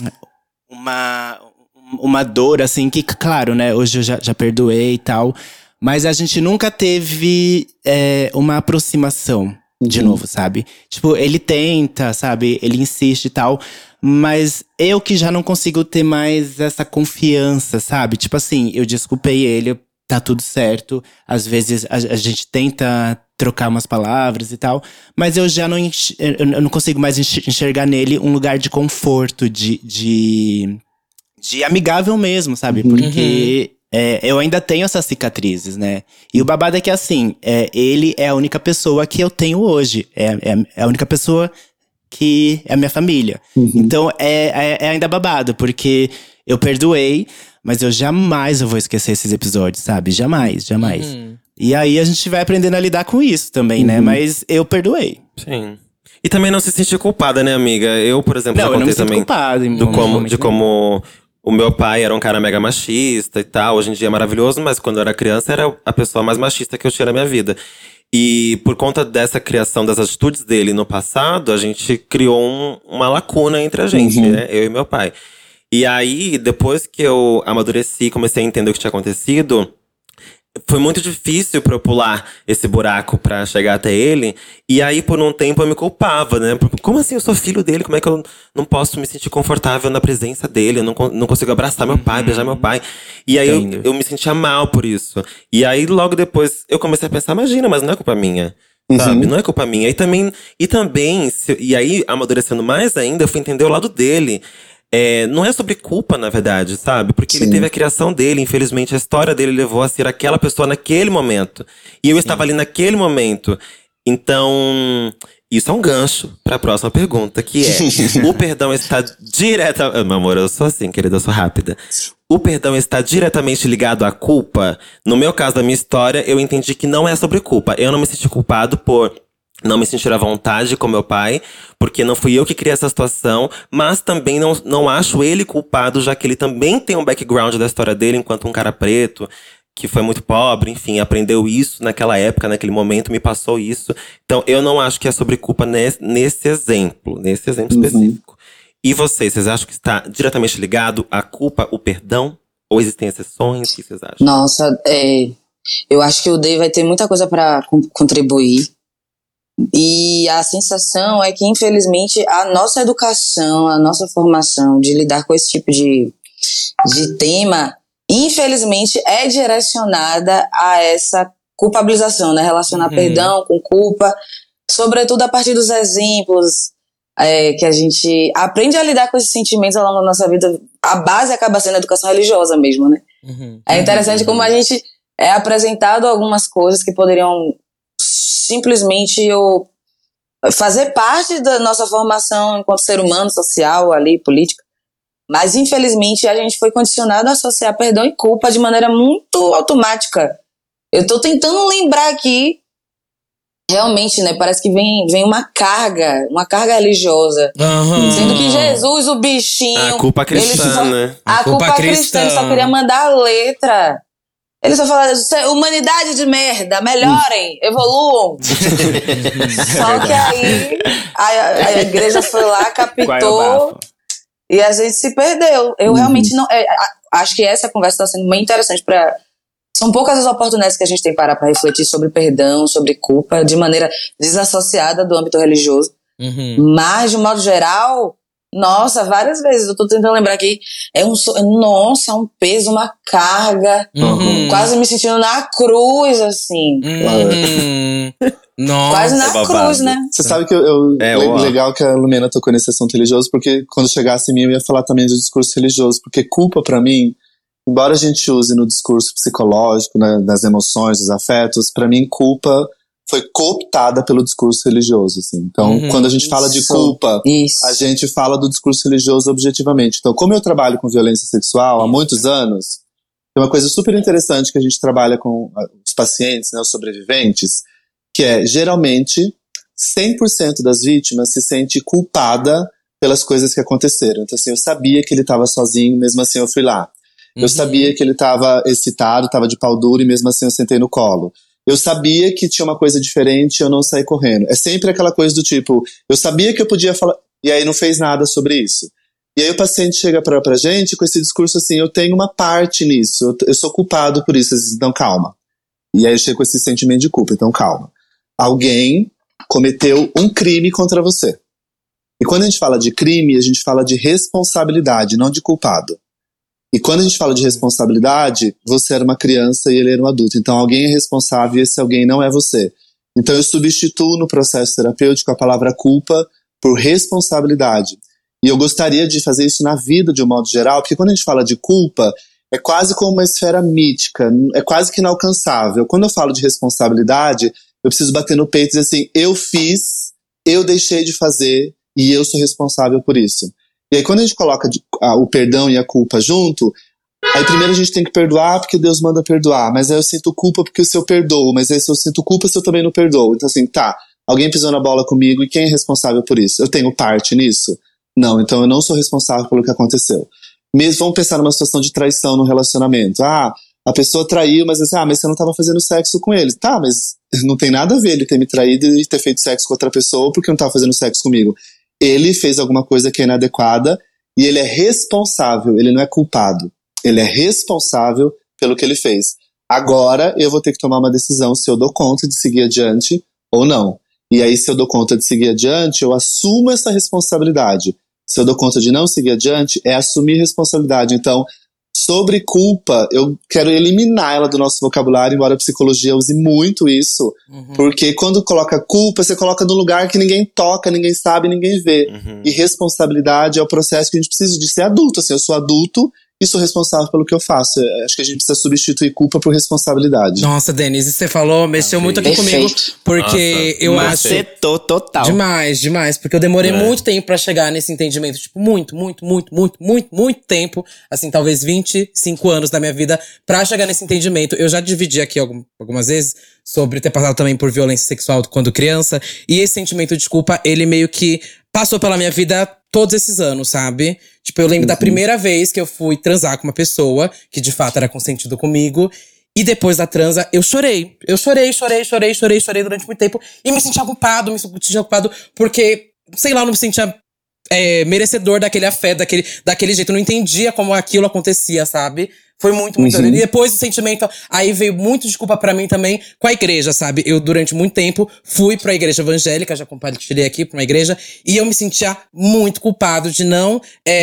Uma… Uma dor, assim, que, claro, né? Hoje eu já, já perdoei e tal. Mas a gente nunca teve é, uma aproximação. de novo, sabe? Tipo, ele tenta, sabe? Ele insiste e tal. Mas eu que já não consigo ter mais essa confiança, sabe? Tipo assim, eu desculpei ele, tá tudo certo. Às vezes a, a gente tenta trocar umas palavras e tal. Mas eu já não, enx- eu não consigo mais enx- enxergar nele um lugar de conforto, de… de, de amigável mesmo, sabe? Porque… É, eu ainda tenho essas cicatrizes, né? E o babado é que, assim, é, ele é a única pessoa que eu tenho hoje. É, é, é a única pessoa que é a minha família. Uhum. Então, é, é, é ainda babado, porque eu perdoei, mas eu jamais eu vou esquecer esses episódios, sabe? Jamais, jamais. Uhum. E aí, a gente vai aprendendo a lidar com isso também, Uhum. né? Mas eu perdoei. Sim. E também não se sentir culpada, né, amiga? Eu, por exemplo, Não, já eu não me contei sinto também culpado. em do momento como, nenhum. de como o meu pai era um cara mega machista e tal. Hoje em dia é maravilhoso, mas quando eu era criança era a pessoa mais machista que eu tinha na minha vida. E por conta dessa criação, das atitudes dele no passado, a gente criou um- uma lacuna entre a gente, Uhum. né? Eu e meu pai. E aí, depois que eu amadureci, comecei a entender o que tinha acontecido, foi muito difícil pra eu pular esse buraco pra chegar até ele. E aí, por um tempo, eu me culpava, né? Como assim eu sou filho dele? Como é que eu não posso me sentir confortável na presença dele? Eu não, con- não consigo abraçar meu pai, beijar meu pai. E aí, eu, Entendo. eu me sentia mal por isso. E aí, logo depois, eu comecei a pensar, imagina, mas não é culpa minha. Sabe? Uhum. Não é culpa minha. E também, e também se- e aí, amadurecendo mais ainda, eu fui entender o lado dele. É, não é sobre culpa, na verdade, sabe? Porque ele Sim. teve a criação dele, infelizmente, a história dele levou a ser aquela pessoa naquele momento. E eu estava ali naquele momento. Então, isso é um gancho pra próxima pergunta, que é: o perdão está direta… Meu amor, eu sou assim, querida, eu sou rápida. O perdão está diretamente ligado à culpa? No meu caso, da minha história, eu entendi que não é sobre culpa. Eu não me senti culpado por não me sentir à vontade com meu pai, porque não fui eu que criei essa situação, mas também não, não acho ele culpado, já que ele também tem um background da história dele enquanto um cara preto, que foi muito pobre, enfim, aprendeu isso naquela época, naquele momento, me passou isso. Então, eu não acho que é sobre culpa nesse, nesse exemplo, nesse exemplo Uhum. específico. E vocês, vocês acham que está diretamente ligado à culpa, o perdão? Ou existem exceções? O que vocês acham? Nossa, é, eu acho que o Day vai ter muita coisa para contribuir. E a sensação é que, infelizmente, a nossa educação, a nossa formação de lidar com esse tipo de, de tema, infelizmente, é direcionada a essa culpabilização, né? Relacionar Uhum. perdão com culpa, sobretudo a partir dos exemplos é, que a gente aprende a lidar com esses sentimentos ao longo da nossa vida. A base acaba sendo a educação religiosa mesmo, né? Uhum. É interessante como a gente é apresentado algumas coisas que poderiam simplesmente ou fazer parte da nossa formação enquanto ser humano, social, ali, político. Mas, infelizmente, a gente foi condicionado a associar perdão e culpa de maneira muito automática. Eu tô tentando lembrar aqui, realmente, né, parece que vem, vem uma carga, uma carga religiosa. Aham. Sendo que Jesus, o bichinho… A culpa cristã, ele só- né? A, A culpa, culpa cristã, ele só cristã. queria mandar a letra. Ele só fala, humanidade de merda, melhorem, evoluam. Só que aí a, a igreja foi lá, Qual é o captou bafo? e a gente se perdeu. Eu realmente não… é, a- acho que essa conversa está sendo bem interessante para… São poucas as oportunidades que a gente tem para para refletir sobre perdão, sobre culpa, de maneira desassociada do âmbito religioso. Uhum. Mas, de um modo geral, nossa, várias vezes. Eu tô tentando lembrar aqui. É um, so- nossa, é um peso, uma carga. Uhum. Quase me sentindo na cruz, assim. Uhum. Nossa. Quase na é babado. cruz, né? Você sabe que eu, eu- É, le- ó. legal que a Lumena tocou nesse assunto religioso, porque quando chegasse em mim eu ia falar também do discurso religioso, porque culpa pra mim, embora a gente use no discurso psicológico, né, das emoções, dos afetos, pra mim culpa foi cooptada pelo discurso religioso, assim. Então, Uhum. quando a gente fala de Isso. culpa, Isso. a gente fala do discurso religioso objetivamente. Então, como eu trabalho com violência sexual há muitos anos, tem uma coisa super interessante que a gente trabalha com ah, os pacientes, né, os sobreviventes, que é, geralmente, cem por cento das vítimas se sente culpada pelas coisas que aconteceram. Então, assim, eu sabia que ele estava sozinho, mesmo assim eu fui lá. Eu Uhum. sabia que ele estava excitado, estava de pau duro, e mesmo assim eu sentei no colo. Eu sabia que tinha uma coisa diferente e eu não saí correndo. É sempre aquela coisa do tipo, eu sabia que eu podia falar, e aí não fez nada sobre isso. E aí o paciente chega pra, pra gente com esse discurso assim, eu tenho uma parte nisso, eu, eu sou culpado por isso. Então calma. E aí eu chego com esse sentimento de culpa, então calma. Alguém cometeu um crime contra você. E quando a gente fala de crime, a gente fala de responsabilidade, não de culpado. E quando a gente fala de responsabilidade, você era uma criança e ele era um adulto. Então alguém é responsável e esse alguém não é você. Então eu substituo no processo terapêutico a palavra culpa por responsabilidade. E eu gostaria de fazer isso na vida de um modo geral, porque quando a gente fala de culpa, é quase como uma esfera mítica, é quase que inalcançável. Quando eu falo de responsabilidade, eu preciso bater no peito e dizer assim, eu fiz, eu deixei de fazer e eu sou responsável por isso. E aí quando a gente coloca o perdão e a culpa junto, aí primeiro a gente tem que perdoar porque Deus manda perdoar, mas aí eu sinto culpa porque se eu perdoo, mas aí se eu sinto culpa se eu também não perdoo. Então assim, tá, alguém pisou na bola comigo e quem é responsável por isso? Eu tenho parte nisso? Não, então eu não sou responsável pelo que aconteceu. Mesmo, vamos pensar numa situação de traição no relacionamento. Ah, a pessoa traiu, mas assim, ah, mas você não estava fazendo sexo com ele. Tá, mas não tem nada a ver ele ter me traído e ter feito sexo com outra pessoa porque não estava fazendo sexo comigo. Ele fez alguma coisa que é inadequada e ele é responsável, ele não é culpado. Ele é responsável pelo que ele fez. Agora eu vou ter que tomar uma decisão se eu dou conta de seguir adiante ou não. E aí, se eu dou conta de seguir adiante, eu assumo essa responsabilidade. Se eu dou conta de não seguir adiante, é assumir responsabilidade. Então, sobre culpa, eu quero eliminar ela do nosso vocabulário, embora a psicologia use muito isso. Uhum. Porque quando coloca culpa, você coloca num lugar que ninguém toca, ninguém sabe, ninguém vê. Uhum. E responsabilidade é o processo que a gente precisa de ser adulto. Assim, eu sou adulto e sou responsável pelo que eu faço. Acho que a gente precisa substituir culpa por responsabilidade. Nossa, Denise, você falou, mexeu muito aqui Perfeito. comigo. Porque Nossa, eu acho… macetou total. Demais, demais. Porque eu demorei É. muito tempo pra chegar nesse entendimento. Tipo, muito, muito, muito, muito, muito, muito tempo. Assim, talvez vinte e cinco anos da minha vida pra chegar nesse entendimento. Eu já dividi aqui algum, algumas vezes sobre ter passado também por violência sexual quando criança. E esse sentimento de culpa, ele meio que passou pela minha vida todos esses anos, sabe? Tipo, eu lembro uhum. da primeira vez que eu fui transar com uma pessoa que de fato era consentido comigo. E depois da transa, eu chorei. Eu chorei, chorei, chorei, chorei, chorei durante muito tempo. E me sentia culpado, me sentia culpado porque, sei lá, eu não me sentia é, merecedor daquele afeto, daquele, daquele jeito. Eu não entendia como aquilo acontecia, sabe? Foi muito, muito… Uhum. E depois o sentimento… Aí veio muito de culpa pra mim também com a igreja, sabe? Eu, durante muito tempo, fui pra igreja evangélica. Já compartilhei aqui pra uma igreja. E eu me sentia muito culpado de não…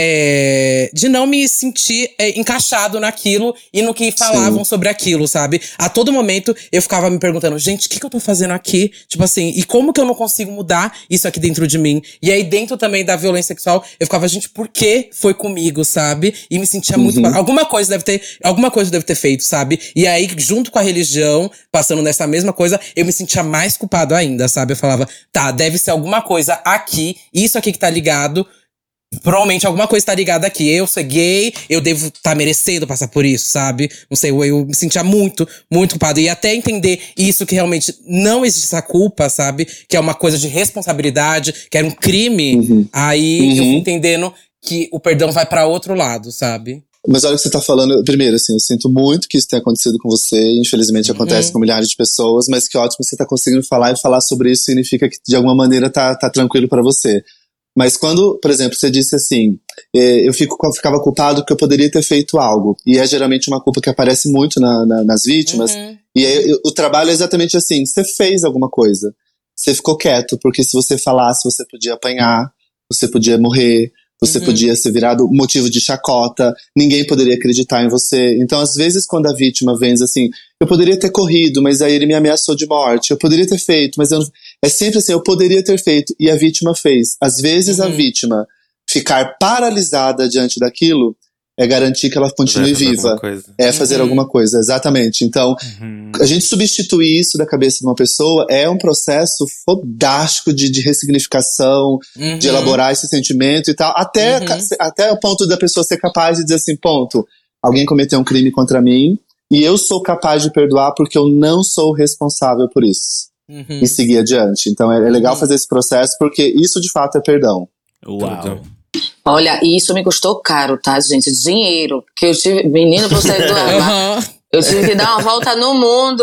É, de não me sentir é, encaixado naquilo e no que falavam Sim. sobre aquilo, sabe? A todo momento, eu ficava me perguntando… Gente, o que, que eu tô fazendo aqui? Tipo assim… E como que eu não consigo mudar isso aqui dentro de mim? E aí, dentro também da violência sexual, eu ficava… Gente, por que foi comigo, sabe? E me sentia uhum. muito… Alguma coisa deve ter… Alguma coisa eu devo ter feito, sabe? E aí, junto com a religião, passando nessa mesma coisa, eu me sentia mais culpado ainda, sabe? Eu falava, tá, deve ser alguma coisa aqui, isso aqui que tá ligado, provavelmente alguma coisa tá ligada aqui. Eu sou gay, eu devo estar tá merecendo passar por isso, sabe? Não sei, eu, eu me sentia muito, muito culpado. E até entender isso, que realmente não existe essa culpa, sabe? Que é uma coisa de responsabilidade, que era um crime. Uhum. Aí uhum. eu fui entendendo que o perdão vai pra outro lado, sabe? Mas olha o que você tá falando, primeiro, assim, eu sinto muito que isso tenha acontecido com você, infelizmente acontece uhum. com milhares de pessoas, mas que ótimo que você tá conseguindo falar, e falar sobre isso significa que de alguma maneira tá, tá tranquilo pra você. Mas quando, por exemplo, você disse assim, eh, eu fico, ficava culpado porque eu poderia ter feito algo, e é geralmente uma culpa que aparece muito na, na, nas vítimas, uhum. e aí, o trabalho é exatamente assim, você fez alguma coisa, você ficou quieto, porque se você falasse, você podia apanhar, você podia morrer, você uhum. podia ser virado motivo de chacota, ninguém poderia acreditar em você. Então, às vezes, quando a vítima vem diz assim, eu poderia ter corrido, mas aí ele me ameaçou de morte. Eu poderia ter feito, mas eu não… É sempre assim, eu poderia ter feito, e a vítima fez. Às vezes, uhum. a vítima ficar paralisada diante daquilo é garantir que ela continue viva. É fazer uhum. alguma coisa, exatamente. Então, uhum. a gente substituir isso da cabeça de uma pessoa é um processo fodástico de, de ressignificação, uhum. de elaborar esse sentimento e tal, até, uhum. até o ponto da pessoa ser capaz de dizer assim, ponto, alguém cometeu um crime contra mim e eu sou capaz de perdoar porque eu não sou responsável por isso. Uhum. E seguir adiante. Então, é, é legal uhum. fazer esse processo porque isso, de fato, é perdão. Uau! Olha, e isso me custou caro, tá, gente? Dinheiro. Que eu tive… Menino, pra eu sair do armário. Eu tive que dar uma volta no mundo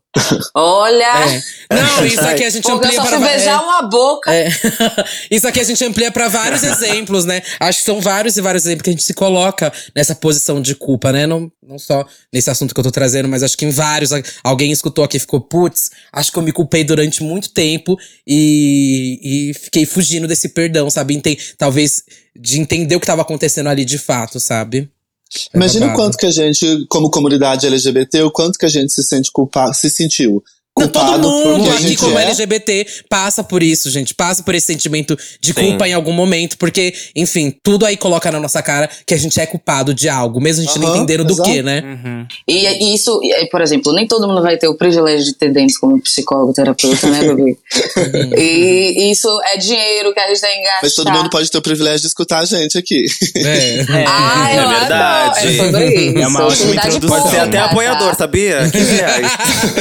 Olha, É. Não, isso aqui a gente porque eu amplia só para fui va- beijar é. uma boca. É. Isso aqui a gente amplia pra vários exemplos, né? Acho que são vários e vários exemplos que a gente se coloca nessa posição de culpa, né? Não, não só nesse assunto que eu tô trazendo, mas acho que em vários. Alguém escutou aqui e ficou, putz, acho que eu me culpei durante muito tempo e, e fiquei fugindo desse perdão, sabe? Enten- talvez de entender o que tava acontecendo ali de fato, sabe? É Imagina o babado. quanto que a gente, como comunidade L G B T, o quanto que a gente se sente culpado, se sentiu Não, todo culpado mundo porque a aqui gente como é. L G B T passa por isso, gente. Passa por esse sentimento de Sim. culpa em algum momento. Porque, enfim, tudo aí coloca na nossa cara que a gente é culpado de algo. Mesmo a gente não Aham, entendendo do exato. que, né? E, e isso, e, por exemplo, nem todo mundo vai ter o privilégio de ter Denis como psicólogo, terapeuta, né, bebê? E isso é dinheiro que a gente tem que gastar. Mas todo mundo pode ter o privilégio de escutar a gente aqui. É. Ah, eu É adoro. verdade. É sobre isso. É uma ótima Utilidade introdução. Pode ser pública, até apoiador, tá? sabia? quinze reais.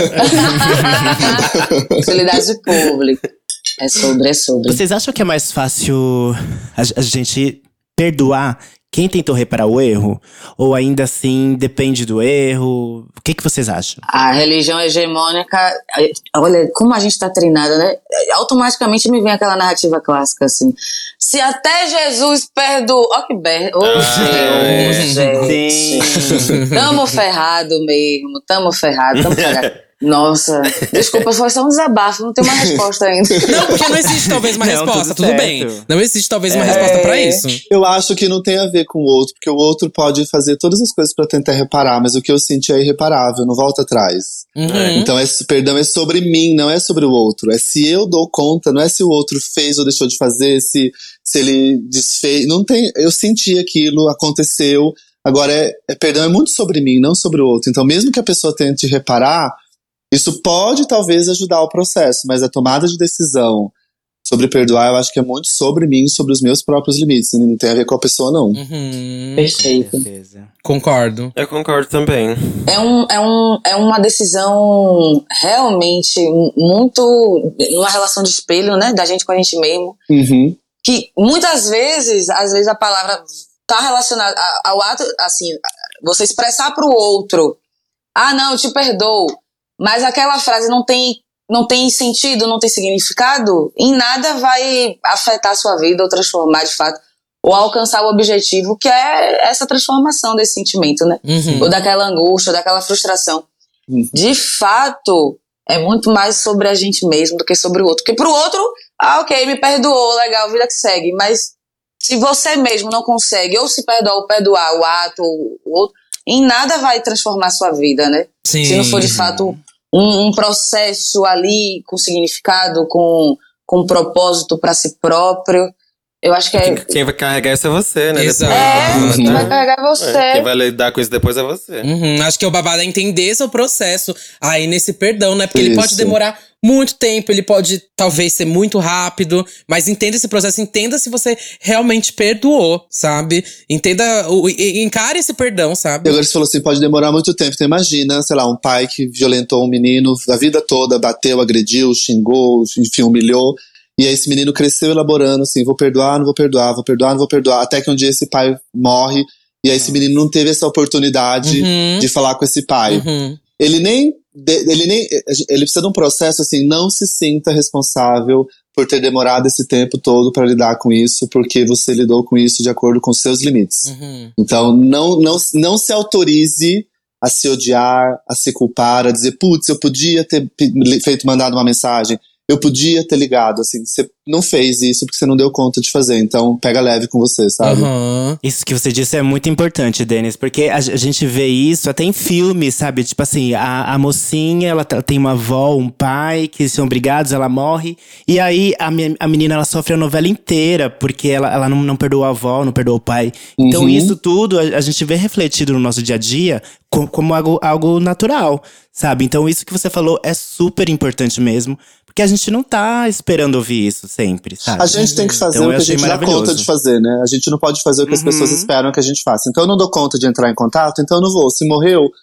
Utilidade pública. É sobre, é sobre. Vocês acham que é mais fácil a, a gente perdoar quem tentou reparar o erro? Ou ainda assim depende do erro? O que, que vocês acham? A religião hegemônica, olha como a gente tá treinada, né? Automaticamente me vem aquela narrativa clássica assim. Se até Jesus perdoou. Ó que berro. Ô, é. gente. Tamo ferrado mesmo. Tamo ferrado. Tamo ferrado. Nossa, desculpa, foi só um desabafo, não tenho uma resposta ainda. Não, porque não existe talvez uma Não, resposta, tudo tudo, certo. bem. Não existe talvez uma resposta pra isso. Eu acho que não tem a ver com o outro, porque o outro pode fazer todas as coisas pra tentar reparar, mas o que eu senti é irreparável, não volta atrás. Uhum. Então, esse perdão é sobre mim, não é sobre o outro. É se eu dou conta, não é se o outro fez ou deixou de fazer, se, se ele desfez. Não tem. Eu senti aquilo, aconteceu. Agora, é, é, perdão é muito sobre mim, não sobre o outro. Então, mesmo que a pessoa tente reparar, isso pode talvez ajudar o processo, mas a tomada de decisão sobre perdoar, eu acho que é muito sobre mim, sobre os meus próprios limites. Não tem a ver com a pessoa, não. Uhum. Perfeito. Com certeza. Concordo. Eu concordo também. É, um, é, um, é uma decisão realmente muito. Uma relação de espelho, né? Da gente com a gente mesmo. Uhum. Que muitas vezes, às vezes a palavra tá relacionada ao ato, assim, você expressar pro outro: ah, não, eu te perdoo. Mas aquela frase não tem, não tem sentido, não tem significado, em nada vai afetar a sua vida ou transformar de fato, ou alcançar o objetivo, que é essa transformação desse sentimento, né? Uhum. Ou daquela angústia, ou daquela frustração. Uhum. De fato, é muito mais sobre a gente mesmo do que sobre o outro. Porque pro outro, ah, ok, me perdoou, legal, vida que segue. Mas se você mesmo não consegue ou se perdoar ou perdoar o ato ou o outro, em nada vai transformar a sua vida, né? Sim. Se não for de fato um, um processo ali com significado, com, com propósito para si próprio, eu acho que é. Quem vai carregar isso é você, né? Exato. Depois. É, quem vai carregar é você. É, quem vai lidar com isso depois é você. Uhum. Acho que o babado é entender seu processo aí nesse perdão, né? Porque ele Isso. pode demorar muito tempo, ele pode talvez ser muito rápido, mas entenda esse processo, entenda se você realmente perdoou, sabe? Entenda, o, e- encare esse perdão, E sabe? agora você falou assim, pode demorar muito tempo. Então imagina, sei lá, um pai que violentou um menino a vida toda, bateu, agrediu, xingou, enfim, humilhou. E aí esse menino cresceu elaborando assim, vou perdoar, não vou perdoar, vou perdoar, não vou perdoar. Até que um dia esse pai morre, e aí esse menino não teve essa oportunidade Uhum. de falar com esse pai. Uhum. Ele nem, de- ele nem, ele precisa de um processo assim, não se sinta responsável por ter demorado esse tempo todo para lidar com isso, porque você lidou com isso de acordo com seus limites. Uhum. Então, não, não, não se autorize a se odiar, a se culpar, a dizer, putz, eu podia ter pe- feito, mandado uma mensagem, eu podia ter ligado, assim, você não fez isso porque você não deu conta de fazer, então pega leve com você, sabe? Uhum. Isso que você disse é muito importante, Denis, porque a, a gente vê isso até em filmes, sabe? Tipo assim, a, a mocinha, ela tá- tem uma avó, um pai que são brigados, ela morre. E aí a, me- a menina, ela sofre a novela inteira, porque ela, ela não, não perdoou a avó, não perdoou o pai. Então Uhum. isso tudo a, a gente vê refletido no nosso dia a dia co- como algo, algo natural, sabe? Então isso que você falou é super importante mesmo. Porque a gente não tá esperando ouvir isso sempre, sabe? A gente tem que fazer Então, o eu que a achei gente dá maravilhoso. conta de fazer, né? A gente não pode fazer o que as Uhum. pessoas esperam que a gente faça. Então eu não dou conta de entrar em contato, então eu não vou. Se morreu,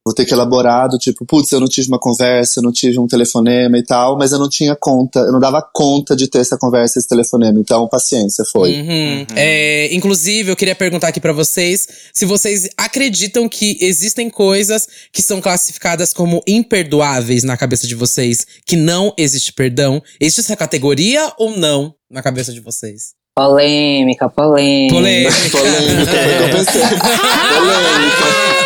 Vou ter que elaborar do tipo, putz, eu não tive uma conversa, eu não tive um telefonema e tal, mas eu não tinha conta, eu não dava conta de ter essa conversa, esse telefonema. Então, paciência, foi. Uhum. Uhum. É, inclusive, eu queria perguntar aqui pra vocês se vocês acreditam que existem coisas que são classificadas como imperdoáveis na cabeça de vocês, que não existe perdão. Existe essa categoria ou não na cabeça de vocês? Polêmica, polêmica. Polêmica. Polêmica, eu pensei. Polêmica.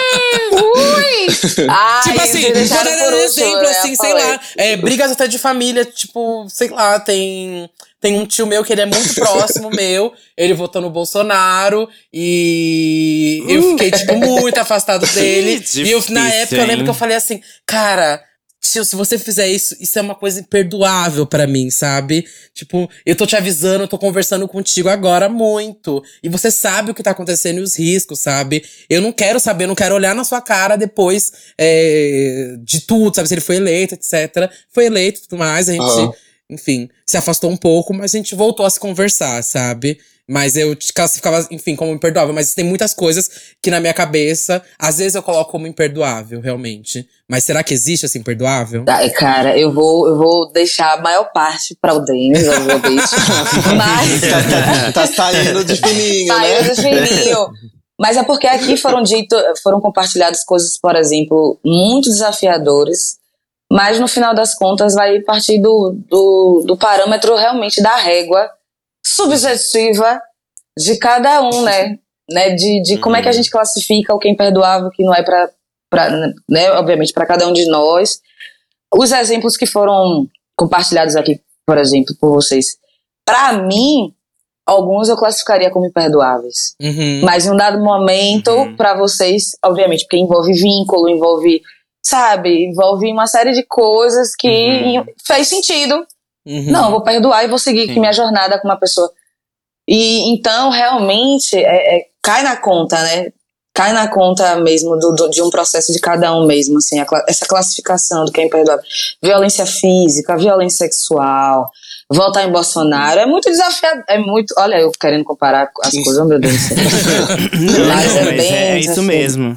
Ai, Tipo assim, vocês vou deixaram dar por um último, exemplo, né, assim, a sei lá. polêmica. É, brigas até de família, tipo, sei lá, tem, tem um tio meu que ele é muito próximo meu. Ele votou no Bolsonaro e eu fiquei, tipo, muito afastado dele. Difícil, e eu, na época, eu lembro hein? que eu falei assim, cara… Tio, se você fizer isso, isso é uma coisa imperdoável pra mim, sabe? Tipo, eu tô te avisando, eu tô conversando contigo agora muito. E você sabe o que tá acontecendo e os riscos, sabe? Eu não quero saber, eu não quero olhar na sua cara depois é, de tudo, sabe? Se ele foi eleito, etcétera. Foi eleito e tudo mais, a gente, Uhum. enfim, se afastou um pouco, mas a gente voltou a se conversar, sabe? Mas eu te classificava, enfim, como imperdoável. Mas tem muitas coisas que na minha cabeça, às vezes eu coloco como imperdoável, realmente. Mas será que existe esse imperdoável? Ai, cara, eu vou, eu vou deixar a maior parte pra o Denis, eu vou deixar. Mas Tá saindo de fininho, saiu né? do fininho. Mas é porque aqui foram dito, foram compartilhadas coisas, por exemplo, muito desafiadoras. Mas no final das contas vai partir do, do, do parâmetro realmente da régua subjetiva de cada um, né? né? De, de como é que a gente classifica o que é imperdoável, o que não é pra, pra, né? Obviamente para cada um de nós. Os exemplos que foram compartilhados aqui, por exemplo, por vocês, para mim, alguns eu classificaria como imperdoáveis. Uhum. Mas em um dado momento, Uhum. para vocês, obviamente, porque envolve vínculo, envolve, sabe, envolve uma série de coisas que Uhum. fez sentido. Uhum. Não, eu vou perdoar e vou seguir Sim. com minha jornada com uma pessoa. E então, realmente, é, é, cai na conta, né? Cai na conta mesmo do, do- de um processo de cada um mesmo, assim, a cla- essa classificação do que é imperdoável. Violência física, violência sexual, votar em Bolsonaro, é muito desafiador, é muito… Olha, eu querendo comparar as coisas, oh, meu Deus do céu. Não, Mas é mas bem é, é isso desafiador. mesmo.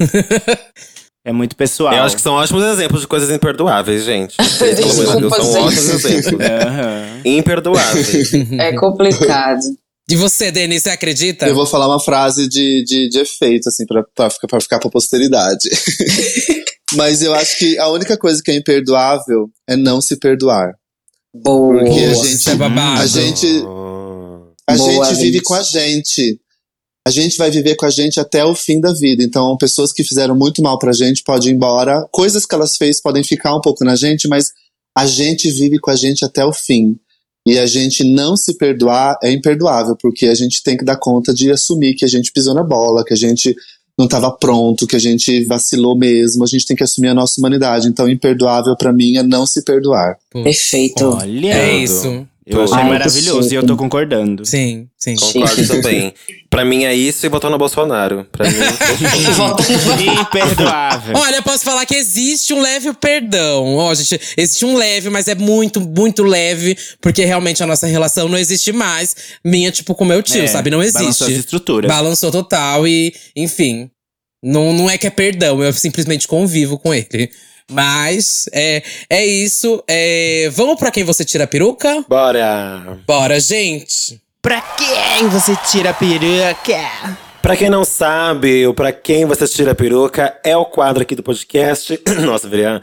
É muito pessoal. Eu acho que são ótimos exemplos de coisas imperdoáveis, gente. Desculpa, São gente. ótimos exemplos. Aham. Imperdoáveis. É complicado. E você, Denis, você acredita? Eu vou falar uma frase de, de, de efeito, assim, pra, pra, ficar, pra ficar pra posteridade. Mas eu acho que a única coisa que é imperdoável é não se perdoar. Boa. Porque a Nossa, gente, isso é babado. a gente, Oh. a Boa, gente vive gente. com a gente. A gente vai viver com a gente até o fim da vida. Então, pessoas que fizeram muito mal pra gente podem ir embora. Coisas que elas fez podem ficar um pouco na gente, mas a gente vive com a gente até o fim. E a gente não se perdoar é imperdoável, porque a gente tem que dar conta de assumir que a gente pisou na bola, que a gente não estava pronto, que a gente vacilou mesmo. A gente tem que assumir a nossa humanidade. Então, imperdoável pra mim é não se perdoar. Perfeito. Olha. É isso. Eu achei Ai, que maravilhoso e eu chique. tô concordando. Sim, sim. Concordo também. Pra mim é isso e votar no Bolsonaro. Pra mim. Imperdoável. Olha, posso falar que existe um leve perdão. Ó, gente, existe um leve, mas é muito, muito leve. Porque realmente a nossa relação não existe mais. Minha, tipo, com meu tio, É, sabe? Não existe. balançou as estruturas. Balançou total e, enfim. Não, não é que é perdão, eu simplesmente convivo com ele. Mas, é, é isso. É, vamos pra quem você tira a peruca? Bora! Bora, gente! Pra quem você tira a peruca? Pra quem não sabe, o Pra Quem Você Tira a Peruca é o quadro aqui do podcast. Nossa, Verian.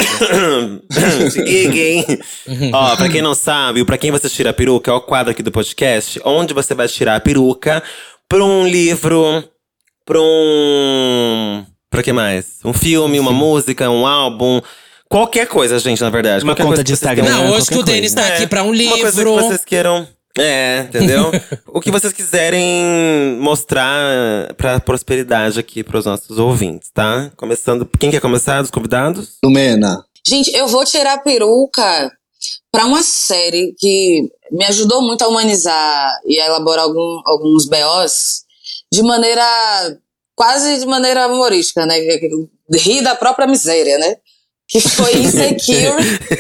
Ó, pra quem não sabe, o Pra Quem Você Tira a Peruca é o quadro aqui do podcast, onde você vai tirar a peruca pra um livro, pra um… Pra que mais? Um filme, uma música, um álbum… Qualquer coisa, gente, na verdade. Uma Qualquer conta coisa de que vocês Instagram. queiram. Não, hoje qualquer que o Denis coisa. tá aqui pra um livro. Uma coisa que vocês queiram… É, entendeu? O que vocês quiserem mostrar pra prosperidade aqui pros nossos ouvintes, tá? Começando… Quem quer começar? Dos convidados? Lumena. Gente, eu vou tirar a peruca pra uma série que me ajudou muito a humanizar e a elaborar algum, alguns B Os de maneira… quase de maneira humorística, né? Rir da própria miséria, né? Que foi Insecure.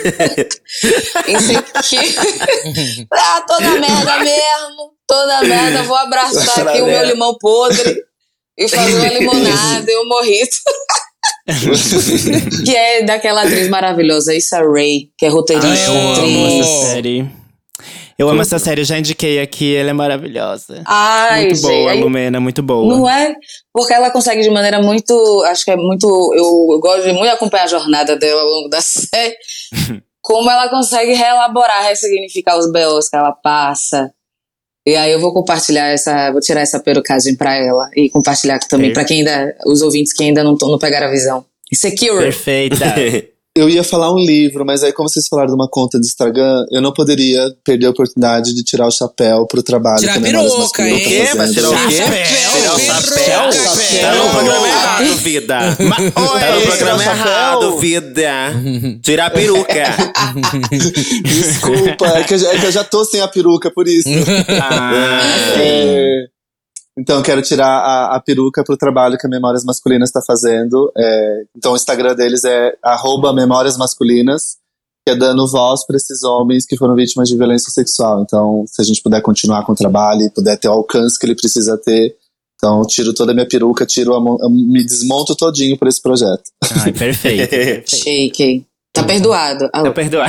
Insecure. Ah, tô na merda mesmo. Tô na merda. Vou abraçar aqui o meu limão podre e fazer uma limonada e um morrito. Que é daquela atriz maravilhosa, Issa Rae, que é roteirista, Ah, eu amo atriz. essa série. Eu amo essa série, eu já indiquei aqui, ela é maravilhosa. Ai, Muito boa, gente. Lumena, muito boa. Não é? Porque ela consegue de maneira muito. Acho que é muito. Eu, eu gosto de muito acompanhar a jornada dela ao longo da série. Como ela consegue reelaborar, ressignificar os B Os que ela passa. E aí eu vou compartilhar essa. Vou tirar essa perucagem pra ela. E compartilhar aqui também, Per- pra quem ainda. Os ouvintes que ainda não, tão- não pegaram a visão. Insecure. Perfeita. Eu ia falar um livro, mas aí como vocês falaram de uma conta do Instagram, eu não poderia perder a oportunidade de tirar o chapéu pro trabalho Tirar que a a Memórias peruca, Masculinas hein? tá O quê? Vai fazendo. tirar o quê? Chapéu, Tirar o peruca, chapéu? chapéu. Tá no programa errado, vida. Ma- Tá no Oi, programa tirar o chapéu. errado, vida. Tirar a peruca. Desculpa, é que, eu, já- é que eu já tô sem a peruca, por isso. Ah, É, então, eu quero tirar a, a peruca pro trabalho que a Memórias Masculinas está fazendo. É, então, o Instagram deles é arroba Memórias Masculinas, que é dando voz para esses homens que foram vítimas de violência sexual. Então, se a gente puder continuar com o trabalho e puder ter o alcance que ele precisa ter, então, tiro toda a minha peruca, tiro a, mo- eu me desmonto todinho por esse projeto. Ai, perfeito. Shake. Tá perdoado. Ah, Tá perdoado.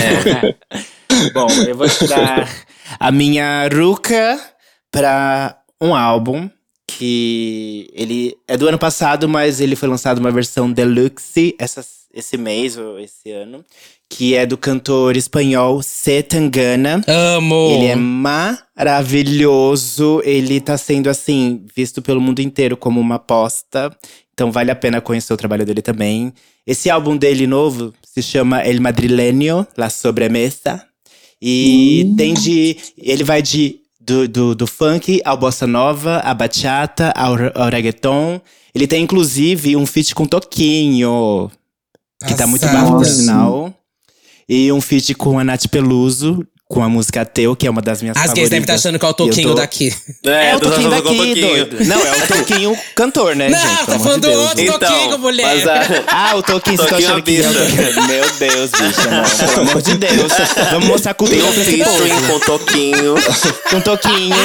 Bom, eu vou tirar a minha ruca pra um álbum que ele é do ano passado, mas ele foi lançado uma versão deluxe essa, esse mês ou esse ano, que é do cantor espanhol C. Tangana. Amo. Ele é maravilhoso, ele tá sendo, assim, visto pelo mundo inteiro como uma aposta. Então vale a pena conhecer o trabalho dele também. Esse álbum dele novo se chama El Madrileño, La Sobremesa. E tem de… Ele vai de… Do, do, do funk ao bossa nova, a bachata, ao, ao reggaeton. Ele tem, inclusive, um feat com Toquinho, que tá muito Passada. bafo, por sinal. E um feat com a Nath Peluso, com a música Ateu, que é uma das minhas As favoritas. gays devem estar achando que é o E eu Toquinho tô- daqui. É, o tô Toquinho falando com o daqui, Toquinho. doido. Não, é o Toquinho cantor, né, Não, gente? tá Pelo amor falando de do Deus, outro né? Toquinho, mulher. mas a- Ah, o Toquinho, você tá Toquinho achando que é o bicha. Toquinho. Meu Deus, bicha, não. Pelo amor de Deus. Vamos mostrar a cultura Tem um pra esse povo. featuring com o Toquinho. Com Toquinho.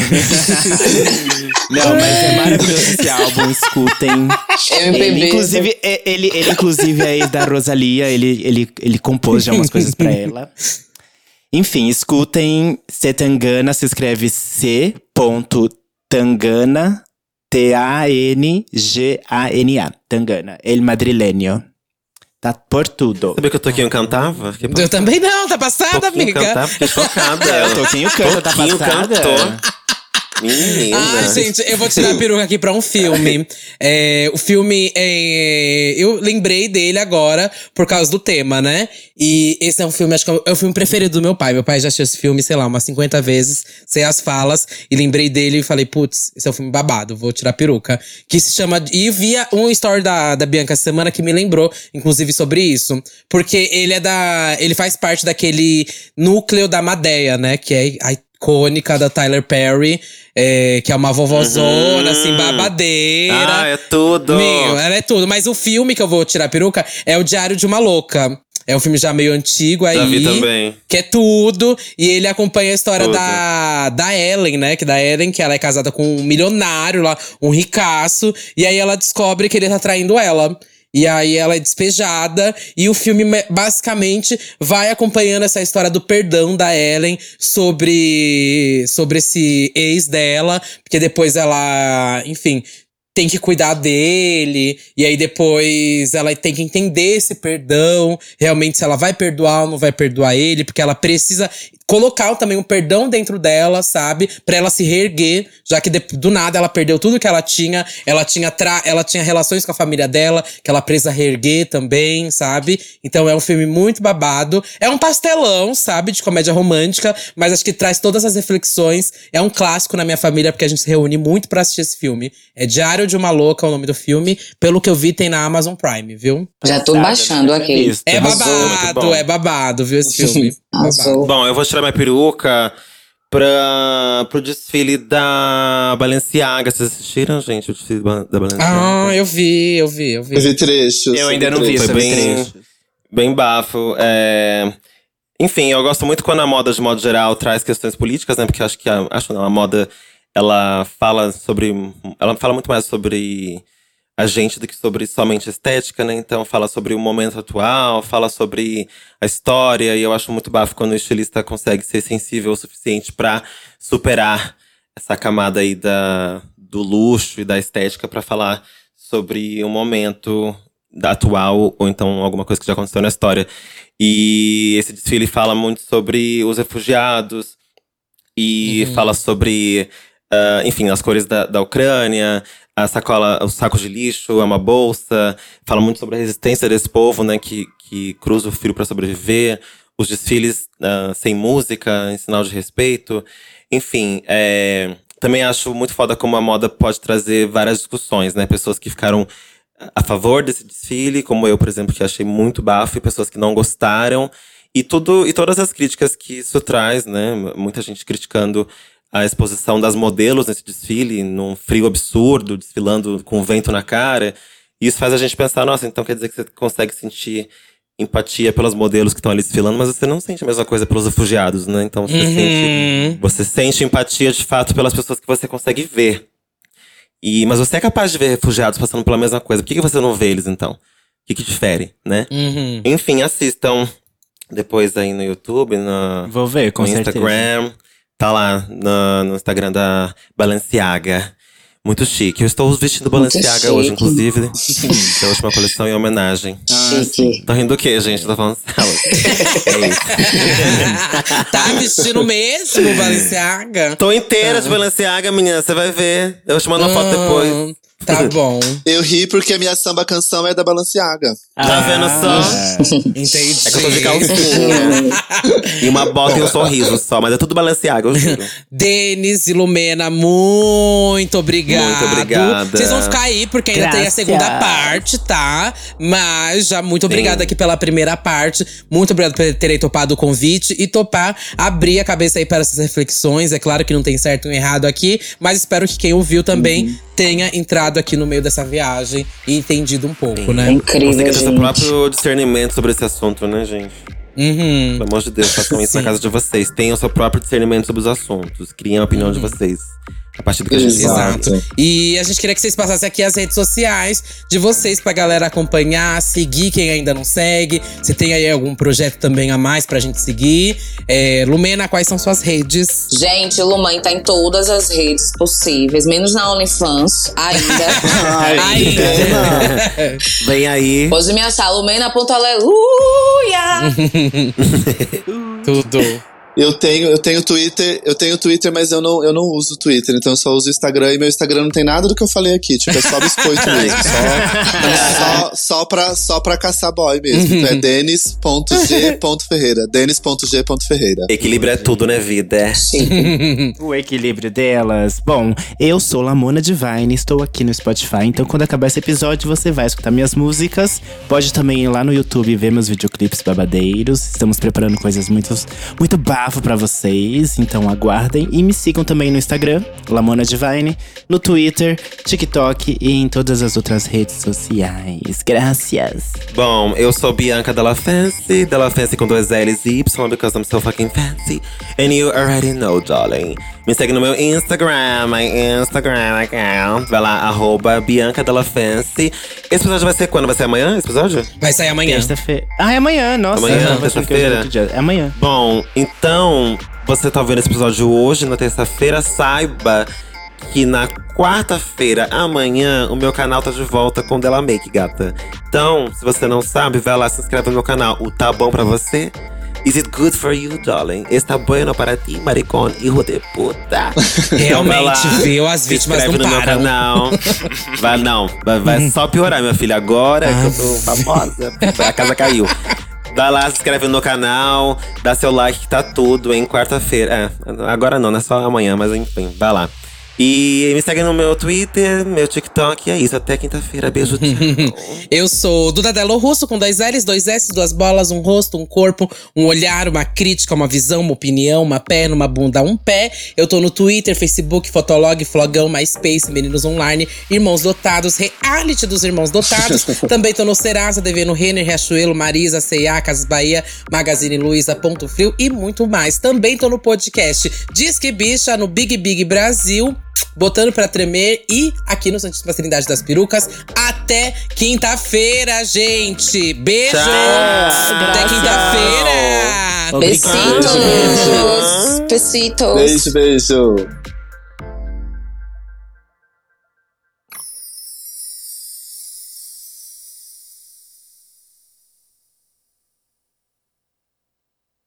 Não, mas é maravilhoso esse álbum, escutem. M P B. Ele, inclusive, é- ele, ele, inclusive, é ex da Rosalia. Ele, ele, ele compôs já umas coisas pra ela. Enfim, escutem C. Tangana, se escreve C. Tangana, T A N G A N A. Tangana, El Madrileño. Tá por tudo. Sabia que o Toquinho cantava? Fiquei Eu também não, tá passada, Toquinho amiga. cantava, fiquei chocada. É, o Toquinho canta, tá Toquinho passada. cantou. Menina. Ai, gente, eu vou tirar a peruca aqui pra um filme. É, o filme, é, eu lembrei dele agora por causa do tema, né? E esse é um filme, acho que é o filme preferido do meu pai. Meu pai já assistiu esse filme, sei lá, umas cinquenta vezes, sei as falas. E lembrei dele e falei, putz, esse é um filme babado, vou tirar a peruca. Que se chama… E via um story da, da Bianca essa semana que me lembrou, inclusive, sobre isso. Porque ele é da… Ele faz parte daquele núcleo da Madeia, né? Que é a icônica da Tyler Perry. É, que é uma vovozona, assim, babadeira. Ah, é tudo. Meu, ela é tudo. Mas o filme que eu vou tirar a peruca é O Diário de uma Louca. É um filme já meio antigo aí. Já vi também. Que é tudo. E ele acompanha a história Tudo. da, da Ellen, né? Que da Ellen, que ela é casada com um milionário lá, um ricaço. E aí ela descobre que ele tá traindo ela. E aí ela é despejada. E o filme me- basicamente vai acompanhando essa história do perdão da Ellen sobre, sobre esse ex dela. Porque depois ela, enfim, tem que cuidar dele. E aí depois ela tem que entender esse perdão. Realmente se ela vai perdoar ou não vai perdoar ele. Porque ela precisa colocar também um perdão dentro dela, sabe? Pra ela se reerguer. Já que de- do nada ela perdeu tudo que ela tinha. Ela tinha, tra- ela tinha relações com a família dela. Que ela precisa reerguer também, sabe? Então é um filme muito babado. É um pastelão, sabe? De comédia romântica. Mas acho que traz todas as reflexões. É um clássico na minha família. Porque a gente se reúne muito pra assistir esse filme. É Diário de uma Louca é o nome do filme. Pelo que eu vi, tem na Amazon Prime, viu? Já tô Passada, baixando nunca tinha aqui. visto. É Arrasou, muito babado, bom. é babado, viu, esse filme. Arrasou. Bom, eu vou tirar minha peruca pra, pro desfile da Balenciaga. Vocês assistiram, gente, o desfile ba- da Balenciaga? Ah, eu vi, eu vi, eu vi. Eu vi trechos. Eu ainda vi não vi, trechos. só Foi vi bem- trechos. Bem bafo. É… Enfim, eu gosto muito quando a moda, de modo geral, traz questões políticas, né? Porque eu acho que a, acho não, a moda, ela fala sobre… Ela fala muito mais sobre… a gente do que sobre somente estética, né? Então fala sobre o momento atual, fala sobre a história. E eu acho muito bafo quando o estilista consegue ser sensível o suficiente pra superar essa camada aí da, do luxo e da estética pra falar sobre o momento atual ou então alguma coisa que já aconteceu na história. E esse desfile fala muito sobre os refugiados e uhum. fala sobre, uh, enfim, as cores da, da Ucrânia, a sacola, o saco de lixo, é uma bolsa. Fala muito sobre a resistência desse povo, né, que, que cruza o fio para sobreviver. Os desfiles uh, sem música, em sinal de respeito. Enfim, é, também acho muito foda como a moda pode trazer várias discussões, né? Pessoas que ficaram a favor desse desfile, como eu, por exemplo, que achei muito bafo, e pessoas que não gostaram. E, tudo, e todas as críticas que isso traz, né? Muita gente criticando a exposição das modelos nesse desfile, num frio absurdo, desfilando com o vento na cara. E isso faz a gente pensar, nossa, então quer dizer que você consegue sentir empatia pelos modelos que estão ali desfilando, mas você não sente a mesma coisa pelos refugiados, né? Então você, uhum. sente, você sente empatia, de fato, pelas pessoas que você consegue ver. E, mas você é capaz de ver refugiados passando pela mesma coisa. Por que, que você não vê eles, então? O que, que difere, né? Uhum. Enfim, assistam depois aí no YouTube, no, Vou ver, com no Instagram. certeza. Tá lá no, no Instagram da Balenciaga. Muito chique. Eu estou vestindo Balenciaga hoje, inclusive. Da última coleção em homenagem. Ah, sim. Tá rindo do quê, gente? Tô falando sério. É isso. Tá vestindo mesmo Balenciaga? Tô inteira ah. de Balenciaga, menina. Você vai ver. Eu te mando uma foto depois. Tá bom. Eu ri porque a minha samba canção é da Balenciaga. Ah, tá vendo só? Entendi. É que eu tô de calcinha. E uma bota e um sorriso só. Mas é tudo Balenciaga, eu juro. Denis e Lumena, muito obrigado. Muito obrigada. Vocês vão ficar aí, porque ainda Graças. tem a segunda parte, tá? Mas já muito Sim. obrigada aqui pela primeira parte. Muito obrigado por terem topado o convite. E topar, abrir a cabeça aí para essas reflexões. É claro que não tem certo ou errado aqui. Mas espero que quem ouviu também uhum. tenha entrado aqui no meio dessa viagem e entendido um pouco, Sim. né? É incrível, Você quer ter gente. seu próprio discernimento sobre esse assunto, né, gente? Uhum. Pelo amor de Deus, façam isso na casa de vocês. Tenham o seu próprio discernimento sobre os assuntos. Criem a opinião uhum. de vocês. A partir do que a gente Exato. sabe. E a gente queria que vocês passassem aqui as redes sociais de vocês pra galera acompanhar, seguir quem ainda não segue. Se tem aí algum projeto também a mais pra gente seguir. É, Lumena, quais são suas redes? Gente, Lumãe tá em todas as redes possíveis, menos na OnlyFans, ainda. Ai, Ainda. Vem aí. Pode me achar, lumena.aleluia. Tudo. Eu tenho, eu tenho Twitter, eu tenho Twitter, mas eu não, eu não uso o Twitter, então eu só uso o Instagram, e meu Instagram não tem nada do que eu falei aqui, tipo, é só biscoito mesmo, só, só, só, pra, só pra caçar boy mesmo, então é denis ponto g ponto ferreira, denis ponto g ponto ferreira. Equilíbrio é tudo, né, vida? O equilíbrio delas. Bom, eu sou Lamona Divine, estou aqui no Spotify, então quando acabar esse episódio você vai escutar minhas músicas. Pode também ir lá no YouTube e ver meus videoclipes babadeiros. Estamos preparando coisas muito, muito bafo pra vocês, então aguardem. E me sigam também no Instagram, Lamona Divine, no Twitter, TikTok e em todas as outras redes sociais. Graças! Bom, eu sou Bianca Della Fancy, Della Fancy com dois L's e Y, because I'm so fucking fancy. And you already know, darling. Me segue no meu Instagram, my Instagram account. Vai lá, arroba Bianca Della Fancy. Esse episódio vai ser quando? Vai ser amanhã, esse episódio? Vai sair amanhã. Terça-feira. Ah, é amanhã, nossa. Amanhã, eu achei que hoje era terça-feira. outro dia. É amanhã. Bom, então, você tá vendo esse episódio hoje, na terça-feira, saiba que na quarta-feira, amanhã, o meu canal tá de volta com Della Make, gata. Então, se você não sabe, vai lá, se inscreve no meu canal. O Tá Bom Pra Você? Is it good for you, darling? Está bueno para ti, maricón, hijo de puta. Realmente, viu? As Se vítimas inscreve não no meu param. canal. Vai, não. Vai, vai só piorar, minha filha. Agora que eu tô famosa, a casa caiu. Vai lá, se inscreve no canal, dá seu like que tá tudo, hein? Quarta-feira. É, agora não, não é só amanhã, mas enfim, vai lá. E me segue no meu Twitter, meu TikTok. É isso, até quinta-feira. Beijo, tchau. Eu sou Duda Delo Russo, com dois L's, dois S, duas bolas, um rosto, um corpo, um olhar, uma crítica, uma visão, uma opinião, uma perna, uma bunda, um pé. Eu tô no Twitter, Facebook, Fotolog, Flogão, MySpace, Meninos Online, Irmãos Dotados, Reality dos Irmãos Dotados. Também tô no Serasa, Devendo Renner, Riachuelo, Marisa, C e A, Casas Bahia, Magazine Luiza, Ponto Frio e muito mais. Também tô no podcast Disque Bicha, no Big Big Brasil. botando pra tremer e aqui no Santíssima Trindade das Perucas. Até quinta-feira, gente! Beijo! Até quinta-feira! Besitos! Besitos! Beijo, beijo!